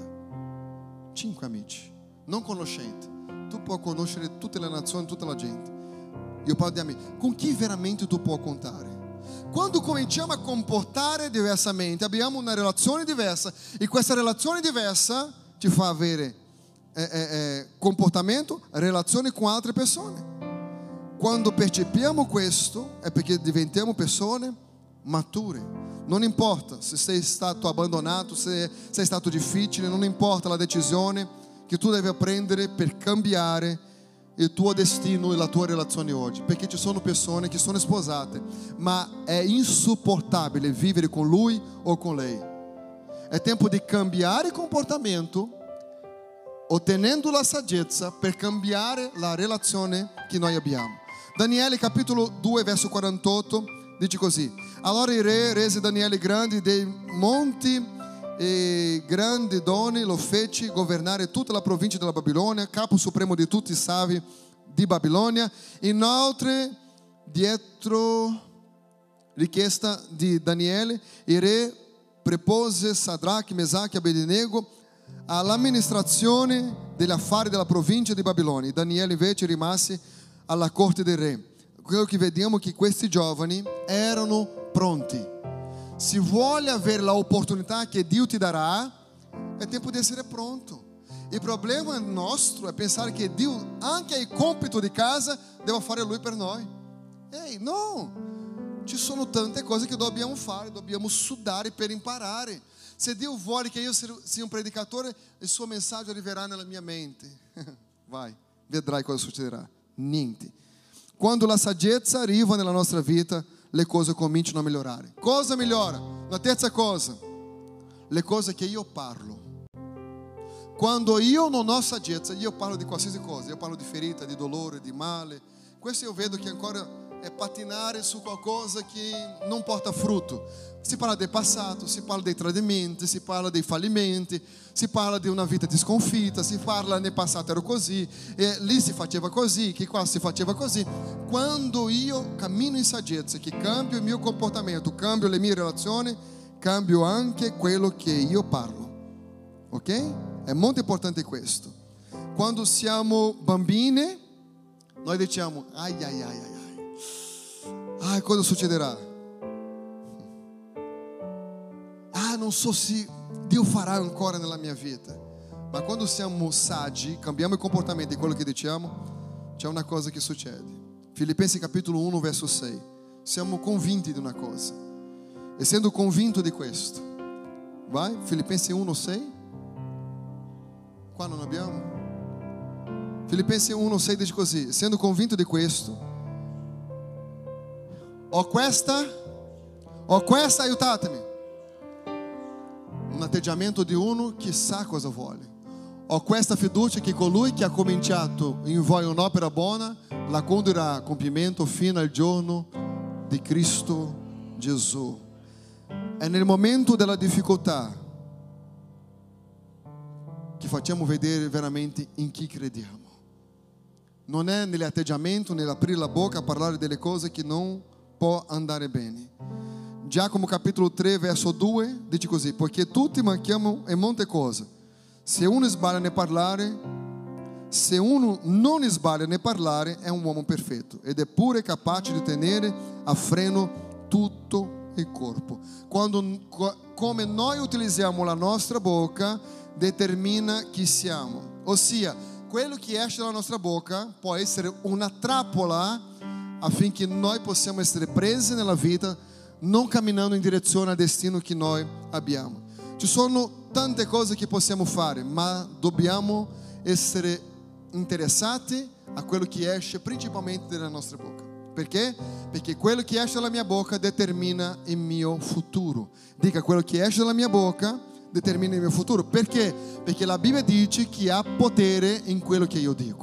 5 amici, non conoscenti. Tu puoi conoscere tutte le nazioni, tutta la gente. Io parlo di amici. Con chi veramente tu puoi contare? Quando cominciamo a comportare diversamente, abbiamo una relazione diversa, e questa relazione diversa ci fa avere comportamento, relazione con altre persone. Quando percepiamo questo è perché diventiamo persone mature. Non importa se sei stato abbandonato, se sei stato difficile, non importa la decisione che tu devi prendere per cambiare il tuo destino e la tua relazione oggi. Perché ci sono persone che sono sposate, ma è insopportabile vivere con lui o con lei. È tempo di cambiare comportamento, ottenendo la saggezza per cambiare la relazione che noi abbiamo. Daniele capitolo 2 verso 48 dice così: allora il re rese Daniele grande dei monti e grandi doni, lo fece governare tutta la provincia della Babilonia, capo supremo di tutti i savi di Babilonia. Inoltre, dietro richiesta di Daniele, il re prepose Sadrach, Mesach e Abednego all'amministrazione degli affari della provincia di Babilonia. Daniele invece rimase alla corte del re. Quello che vediamo è che questi giovani erano pronti. Se vuole avere l'opportunità che Dio ti darà, è tempo di essere pronto. Il problema nostro è pensare che Dio, anche il compito di casa, deve fare Lui per noi. Ehi, no! Ci sono tante cose che dobbiamo fare, dobbiamo sudare per imparare. Se Dio vuole che io sia un predicatore, il suo messaggio arriverà nella mia mente. Vai, vedrai cosa succederà. Niente. Quando la saggezza arriva nella nostra vita, le cose cominciano a migliorare. Cosa migliora? La terza cosa, le cose che io parlo. Quando io non ho saggezza, io parlo di qualsiasi cosa. Io parlo di ferita, di dolore, di male. Questo io vedo che ancora è patinare su qualcosa che non porta frutto. Si parla del passato, si parla dei tradimenti, si parla dei fallimenti, si parla di una vita di sconfitta, si parla nel passato ero così, e lì si faceva così, che qua si faceva così. Quando io cammino in saggezza, che cambio il mio comportamento, cambio le mie relazioni, cambio anche quello che io parlo. Ok? È molto importante questo. Quando siamo bambini, noi diciamo ai ai ai ai ai, cosa succederà? Non so se Dio farà ancora nella mia vita. Ma quando siamo saggi, cambiamo il comportamento di quello che diciamo, c'è una cosa che succede. Filipensi capitolo 1 verso 6. Siamo convinti di una cosa. Essendo convinto di questo. Vai, Filipensi 1, 6. Qua non abbiamo. Filipensi 1, 6 dice così: essendo convinto di questo, ho questa, aiutatemi. Un atteggiamento di uno che sa cosa vuole. Ho questa fiducia che colui che ha cominciato in voi un'opera buona la condurrà a compimento fino al giorno di Cristo Gesù. È nel momento della difficoltà che facciamo vedere veramente in chi crediamo. Non è nell'atteggiamento, nell'aprire la bocca a parlare delle cose che non può andare bene. Giacomo capitolo 3 verso 2 dice così: poiché tutti manchiamo in molte cose. Se uno sbaglia nel parlare, se uno non sbaglia nel parlare, è un uomo perfetto ed è pure capace di tenere a freno tutto il corpo. Come noi utilizziamo la nostra bocca determina chi siamo. Ossia, quello che esce dalla nostra bocca può essere una trappola affinché noi possiamo essere presi nella vita, non camminando in direzione al destino che noi abbiamo. Ci sono tante cose che possiamo fare, ma dobbiamo essere interessati a quello che esce principalmente dalla nostra bocca. Perché? Perché quello che esce dalla mia bocca determina il mio futuro. Dica: quello che esce dalla mia bocca determina il mio futuro. Perché? Perché la Bibbia dice che ha potere in quello che io dico.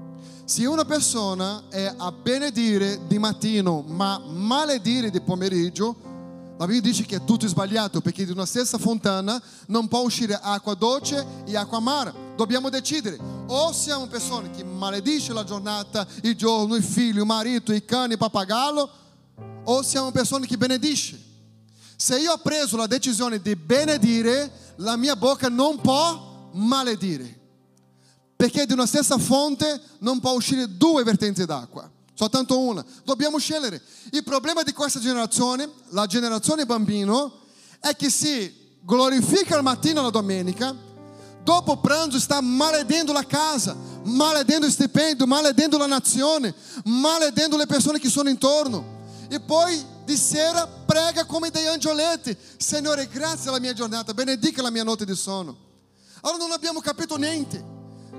Se una persona è a benedire di mattino ma maledire di pomeriggio, la Bibbia dice che è tutto sbagliato, perché di una stessa fontana non può uscire acqua dolce e acqua amara. Dobbiamo decidere: o siamo persone che maledisce la giornata, il giorno, il figlio, il marito, i cani, il pappagallo, o siamo persone che benedisce. Se io ho preso la decisione di benedire, la mia bocca non può maledire. Perché di una stessa fonte non può uscire due vertenze d'acqua, soltanto una. Dobbiamo scegliere. Il problema di questa generazione, la generazione bambino, è che si glorifica il mattino e la domenica, dopo pranzo sta maledendo la casa, maledendo il stipendio, maledendo la nazione, maledendo le persone che sono intorno. E poi di sera prega come dei angioletti: Signore, grazie alla mia giornata, benedica la mia notte di sonno. Allora non abbiamo capito niente.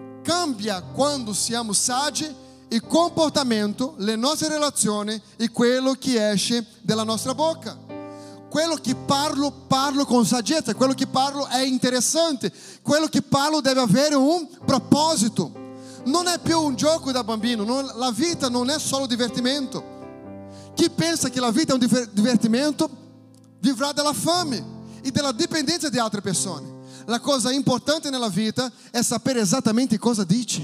Cambia quando siamo saggi il comportamento, le nostre relazioni e quello che esce dalla nostra bocca. Quello che parlo con saggezza, quello che parlo è interessante, quello che parlo deve avere un proposito. Non è più un gioco da bambino, la vita non è solo divertimento. Chi pensa che la vita è un divertimento vivrà della fame e della dipendenza di altre persone. La cosa importante nella vita è sapere esattamente cosa dici.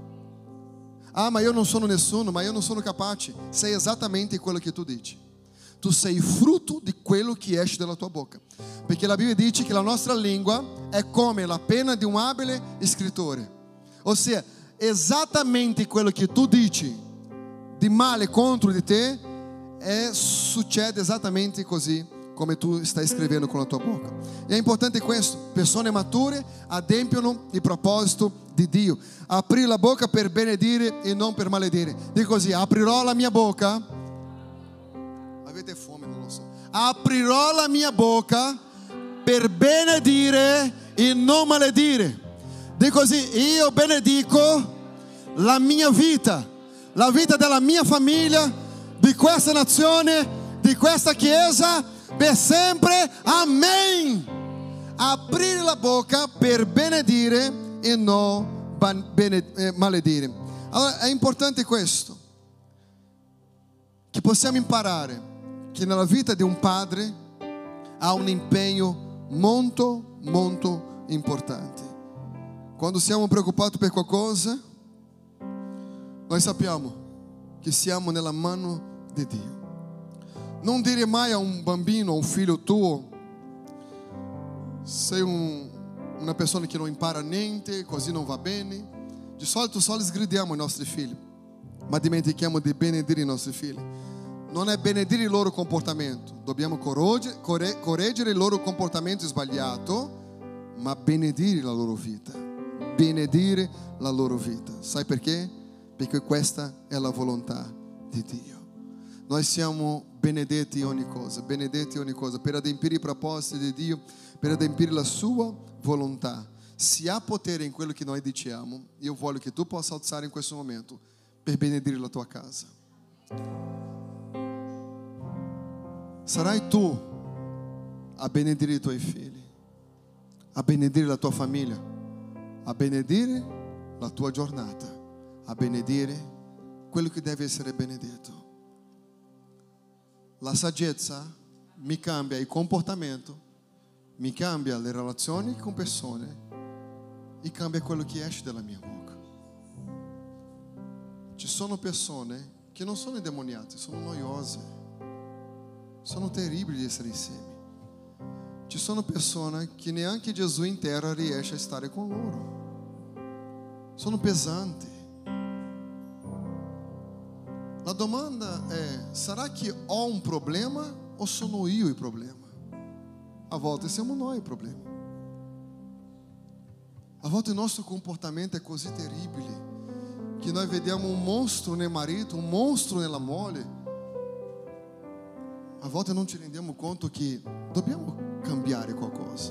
Ah, ma io non sono nessuno, ma io non sono capace. Sei esattamente quello che tu dici. Tu sei frutto di quello che esce dalla tua bocca. Perché la Bibbia dice che la nostra lingua è come la penna di un abile scrittore. Ossia, esattamente quello che tu dici di male contro di te succede esattamente così come tu stai scrivendo con la tua bocca. E è importante questo: persone mature adempiono il proposito di Dio. Aprire la bocca per benedire e non per maledire. Dico così: aprirò la mia bocca. Avete fome? Non lo so. Aprirò la mia bocca per benedire e non maledire. Dico così: io benedico la mia vita, la vita della mia famiglia, di questa nazione, di questa chiesa, per sempre. Amen. Aprire la bocca per benedire e non maledire. Allora è importante questo, che possiamo imparare che nella vita di un padre ha un impegno molto, molto importante. Quando siamo preoccupati per qualcosa, noi sappiamo che siamo nella mano di Dio. Non dire mai a un bambino, a un figlio tuo: sei una persona che non impara niente, così non va bene. Di solito só sgridiamo i nostri figli, ma dimentichiamo di benedire i nostri figli. Non è benedire il loro comportamento, dobbiamo correggere il loro comportamento sbagliato, ma benedire la loro vita. Benedire la loro vita. Sai perché? Perché questa è la volontà di Dio. Noi siamo benedetti in ogni cosa per adempiere i propositi di Dio, per adempiere la sua volontà. Se há potere in quello che noi diciamo, io voglio che tu possa alzare in questo momento per benedire la tua casa. Sarai tu a benedire i tuoi figli, a benedire la tua famiglia, a benedire la tua giornata, a benedire quello che deve essere benedetto. La saggezza mi cambia il comportamento, mi cambia le relazioni con persone e cambia quello che esce dalla mia bocca. Ci sono persone che non sono indemoniate, sono noiose, sono terribili di essere insieme. Ci sono persone che neanche Gesù in terra riesce a stare con loro, sono pesanti. La domanda è: sarà che ho un problema o sono io il problema? A volte siamo noi il problema. A volte il nostro comportamento è così terribile che noi vediamo un mostro nel marito, un mostro nella moglie. A volte non ci rendiamo conto che dobbiamo cambiare qualcosa.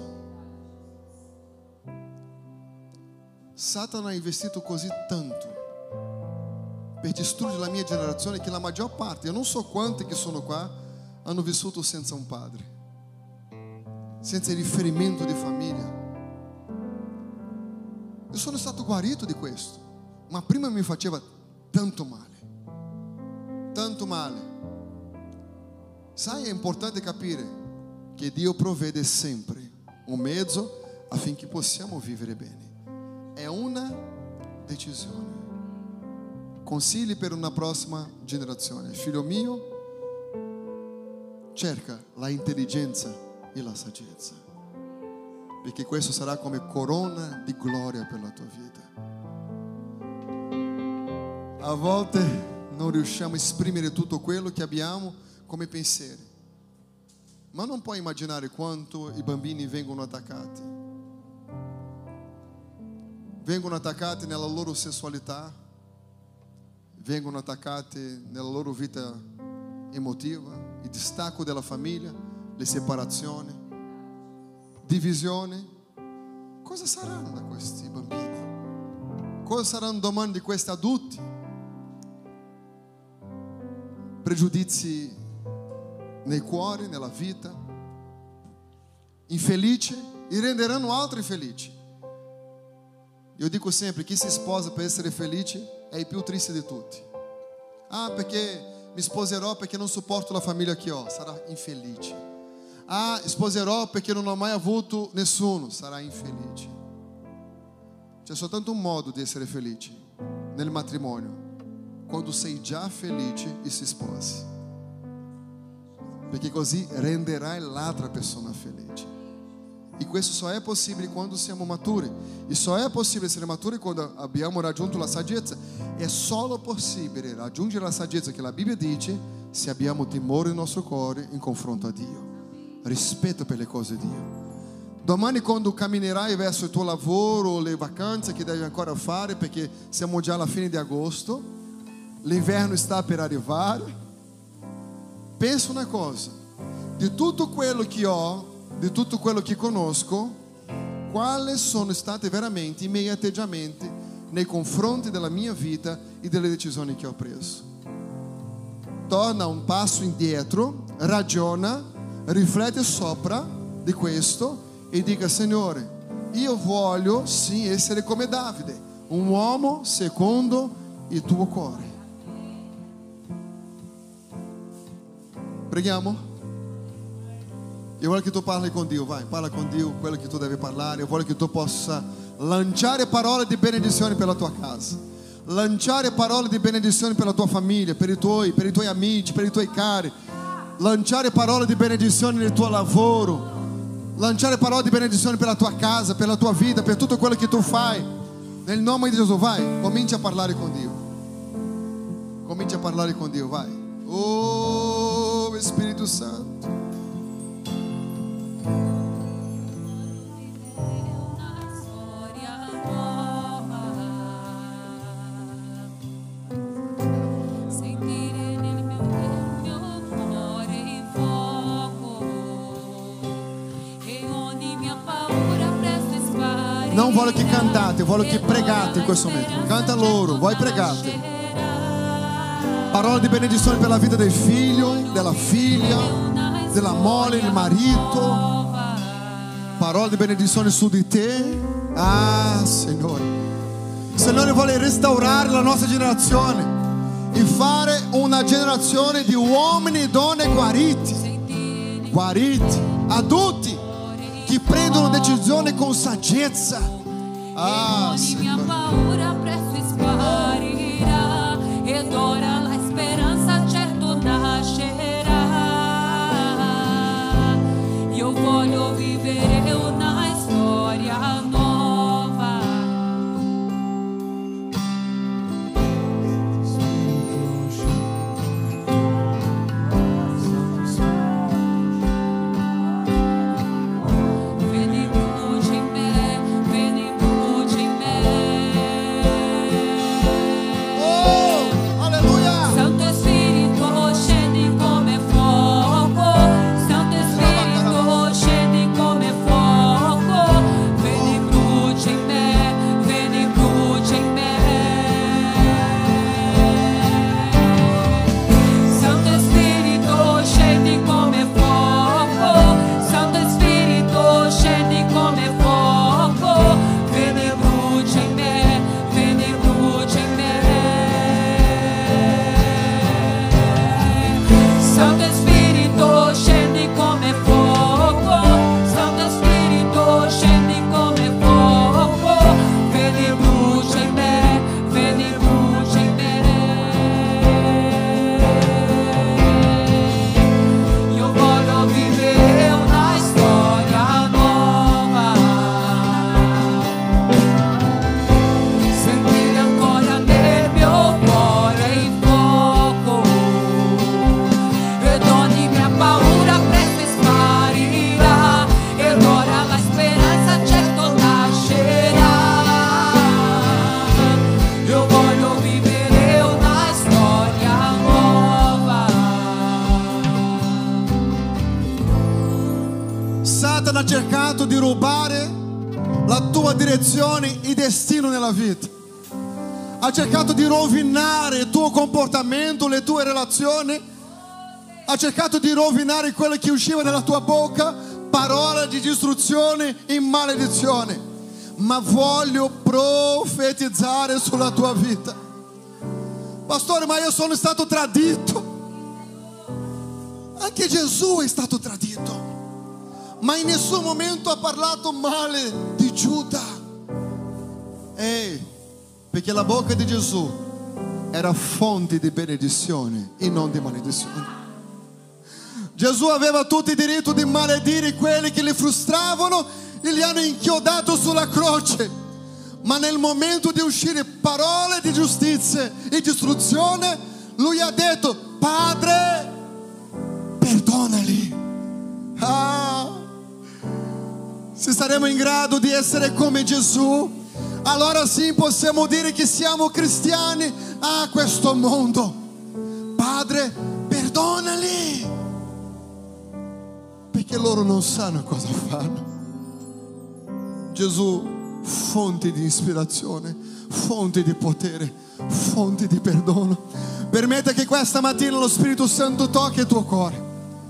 Satana ha investito così tanto per distruggere la mia generazione che la maggior parte, io non so quanti che sono qua, hanno vissuto senza un padre, senza il riferimento di famiglia. Io sono stato guarito di questo, ma prima mi faceva tanto male, tanto male. Sai, è importante capire che Dio provvede sempre un mezzo affinché possiamo vivere bene. È una decisione. Consigli per una prossima generazione: figlio mio, cerca la intelligenza e la saggezza, perché questo sarà come corona di gloria per la tua vita. A volte non riusciamo a esprimere tutto quello che abbiamo come pensieri, ma non puoi immaginare quanto i bambini vengono attaccati nella loro sessualità, vengono attaccati nella loro vita emotiva, il distacco della famiglia, le separazioni, divisione. Cosa saranno da questi bambini? Cosa saranno domani di questi adulti? Pregiudizi nei cuori, nella vita, infelici, e renderanno altri infelici. Io dico sempre: chi si sposa per essere felice è il più triste di tutti. Ah, perché mi sposerò perché non sopporto la famiglia che ho, sarà infelice. Ah, sposerò perché non ho mai avuto nessuno, sarà infelice. C'è soltanto un modo di essere felici nel matrimonio: quando sei già felice e si sposi, perché così renderai l'altra persona felice. E questo só è possibile quando siamo maturi, e só è possibile essere maturi quando abbiamo raggiunto la saggezza. È solo possibile raggiungere la saggezza che la Bibbia dice se abbiamo timore nel nostro cuore in confronto a Dio, rispetto per le cose di Dio. Domani, quando camminerai verso il tuo lavoro, le vacanze che devi ancora fare, perché siamo già alla fine di agosto, l'inverno sta per arrivare, pensa una cosa: di tutto quello che ho, di tutto quello che conosco, quali sono stati veramente i miei atteggiamenti nei confronti della mia vita e delle decisioni che ho preso. Torna un passo indietro, ragiona, riflette sopra di questo e dica: Signore, io voglio sì essere come Davide, un uomo secondo il tuo cuore. Preghiamo? Io voglio che tu parli con Dio, vai, parla con Dio quello che tu devi parlare. Io voglio che tu possa lanciare parole di benedizione per la tua casa, lanciare parole di benedizione per la tua famiglia, per i tuoi amici, per i tuoi cari, lanciare parole di benedizione nel tuo lavoro, lanciare parole di benedizione per la tua casa, per la tua vita, per tutto quello che tu fai. Nel nome di Gesù, vai, comincia a parlare con Dio. Comincia a parlare con Dio, vai. Oh, Spirito Santo. Non voglio che cantate, voglio che pregate in questo momento. Canta loro, voi pregate. Parole di benedizione per la vita del figlio, della figlia, della moglie, del marito. Parole di benedizione su di te. Ah, Signore. Signore vuole restaurare la nostra generazione e fare una generazione di uomini e donne guariti. Guariti, adulti, che prendono decisioni con saggezza. Ah, Signore. Minha paura presto sparirà ed ora la speranza certo nascerà. Io voglio vivere una storia nuova. Satana ha cercato di rubare la tua direzione e destino nella vita. Ha cercato di rovinare il tuo comportamento, le tue relazioni. Ha cercato di rovinare quello che usciva dalla tua bocca, parole di distruzione e maledizione. Ma voglio profetizzare sulla tua vita. Pastore, ma io sono stato tradito. Anche Gesù è stato tradito. Ma in nessun momento ha parlato male di Giuda. Perché la bocca di Gesù era fonte di benedizione e non di maledizione. Gesù aveva tutto il diritto di maledire quelli che li frustravano e li hanno inchiodato sulla croce. Ma nel momento di uscire parole di giustizia e di istruzione, lui ha detto: Padre, perdonali. Se saremo in grado di essere come Gesù, allora sì possiamo dire che siamo cristiani a questo mondo. Padre, perdonali, perché loro non sanno cosa fanno. Gesù fonti di ispirazione, fonti di potere, fonti di perdono. Permetta che questa mattina lo Spirito Santo tocchi il tuo cuore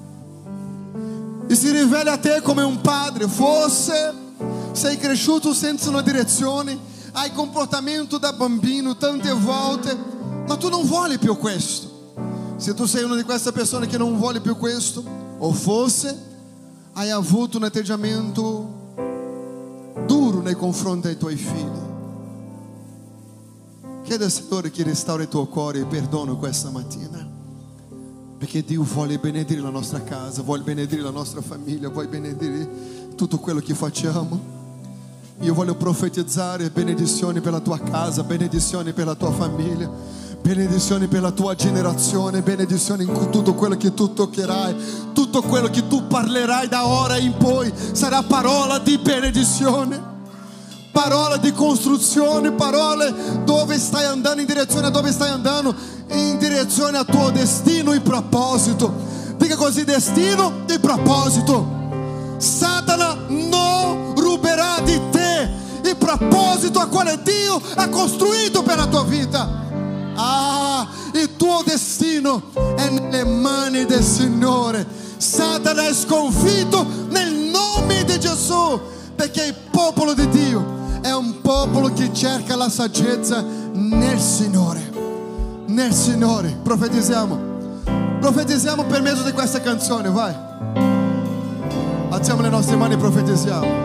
e si riveli a te come un padre. Forse sei cresciuto senza una direzione, hai comportamento da bambino tante volte, ma tu non vuoi più questo. Se tu sei una di queste persone che non vuole più questo, o forse hai avuto un atteggiamento duro nei confronti dei tuoi figli, chiede al Signore che restauri il tuo cuore e perdono questa mattina, perché Dio vuole benedire la nostra casa, vuole benedire la nostra famiglia, vuole benedire tutto quello che facciamo. Io voglio profetizzare benedizioni per la tua casa, benedizioni per la tua famiglia, benedizioni per la tua generazione, benedizioni in tutto quello che tu toccherai, tutto quello che tu parlerai da ora in poi sarà parola di benedizione, parola di costruzione, parole dove stai andando, in direzione a dove stai andando, in direzione al tuo destino e proposito. Dica così: destino e proposito. Satana non ruberà di te il proposito a quale Dio ha costruito per la tua vita. Il tuo destino è nelle mani del Signore. Satana è sconfitto nel nome di Gesù, perché il popolo di Dio è un popolo che cerca la saggezza nel Signore. Nel Signore. Profetizziamo per mezzo di questa canzone, vai. Alziamo le nostre mani e profetizziamo.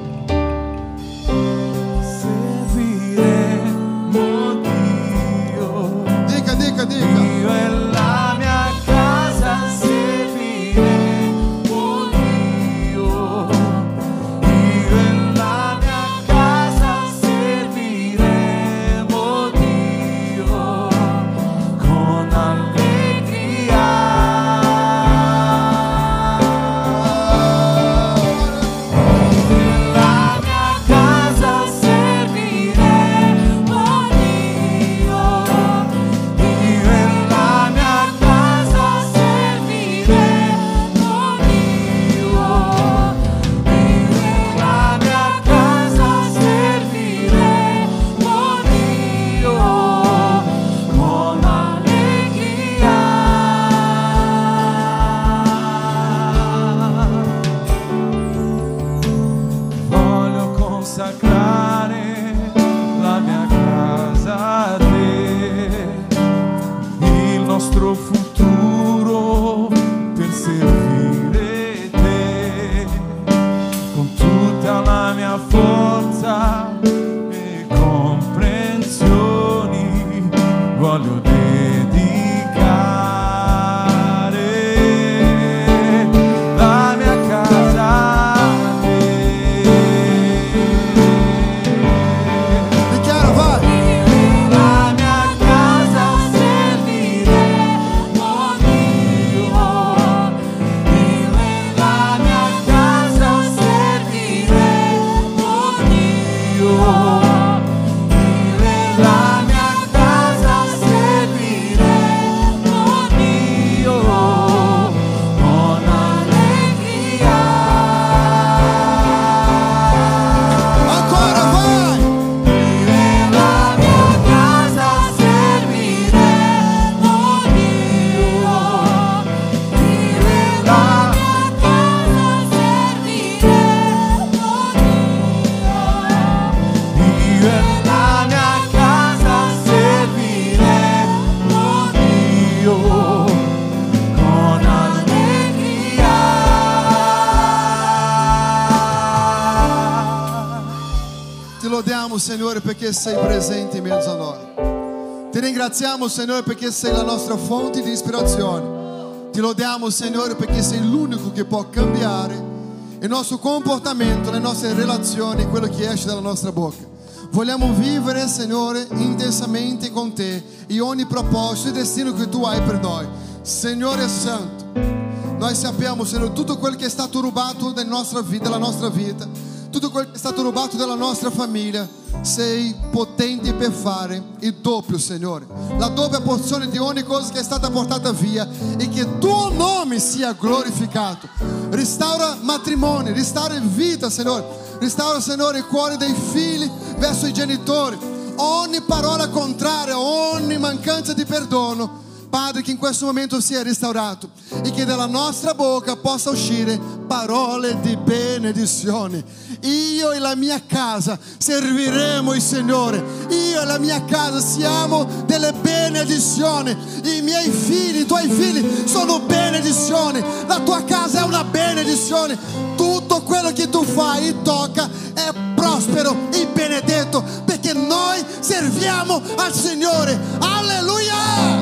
Io e la mia casa serviremo Dio. Io e la mia casa serviremo Dio con allegria. Io e la mia casa serviremo Dio. Consacrare la mia casa a te, il nostro futuro per servire te, con tutta la mia forza e comprensioni voglio dedicare la mia casa a te. lodiamo, Signore, perché sei presente in mezzo a noi. Ti ringraziamo, Signore, perché sei la nostra fonte di ispirazione. Ti lodiamo, Signore, perché sei l'unico che può cambiare il nostro comportamento, le nostre relazioni, quello che esce dalla nostra bocca. Vogliamo vivere, Signore, intensamente con te e ogni proposito e destino che tu hai per noi. Signore Santo, noi sappiamo, Signore, tutto quello che è stato rubato della nostra vita, tutto quello che è stato rubato dalla nostra famiglia, sei potente per fare il doppio, Signore, la doppia porzione di ogni cosa che è stata portata via, e che il tuo nome sia glorificato. Restaura matrimoni, restaura vita, Signore, Restaura, Signore, i cuori dei figli verso i genitori. Ogni parola contraria, ogni mancanza di perdono, Padre, che in questo momento sia restaurato e che dalla nostra bocca possa uscire parole di benedizione. Io e la mia casa serviremo il Signore. Io e la mia casa siamo delle benedizioni. I miei figli, i tuoi figli sono benedizioni. La tua casa è una benedizione. Tutto quello che tu fai e tocca è prospero e benedetto, perché noi serviamo al Signore. Alleluia!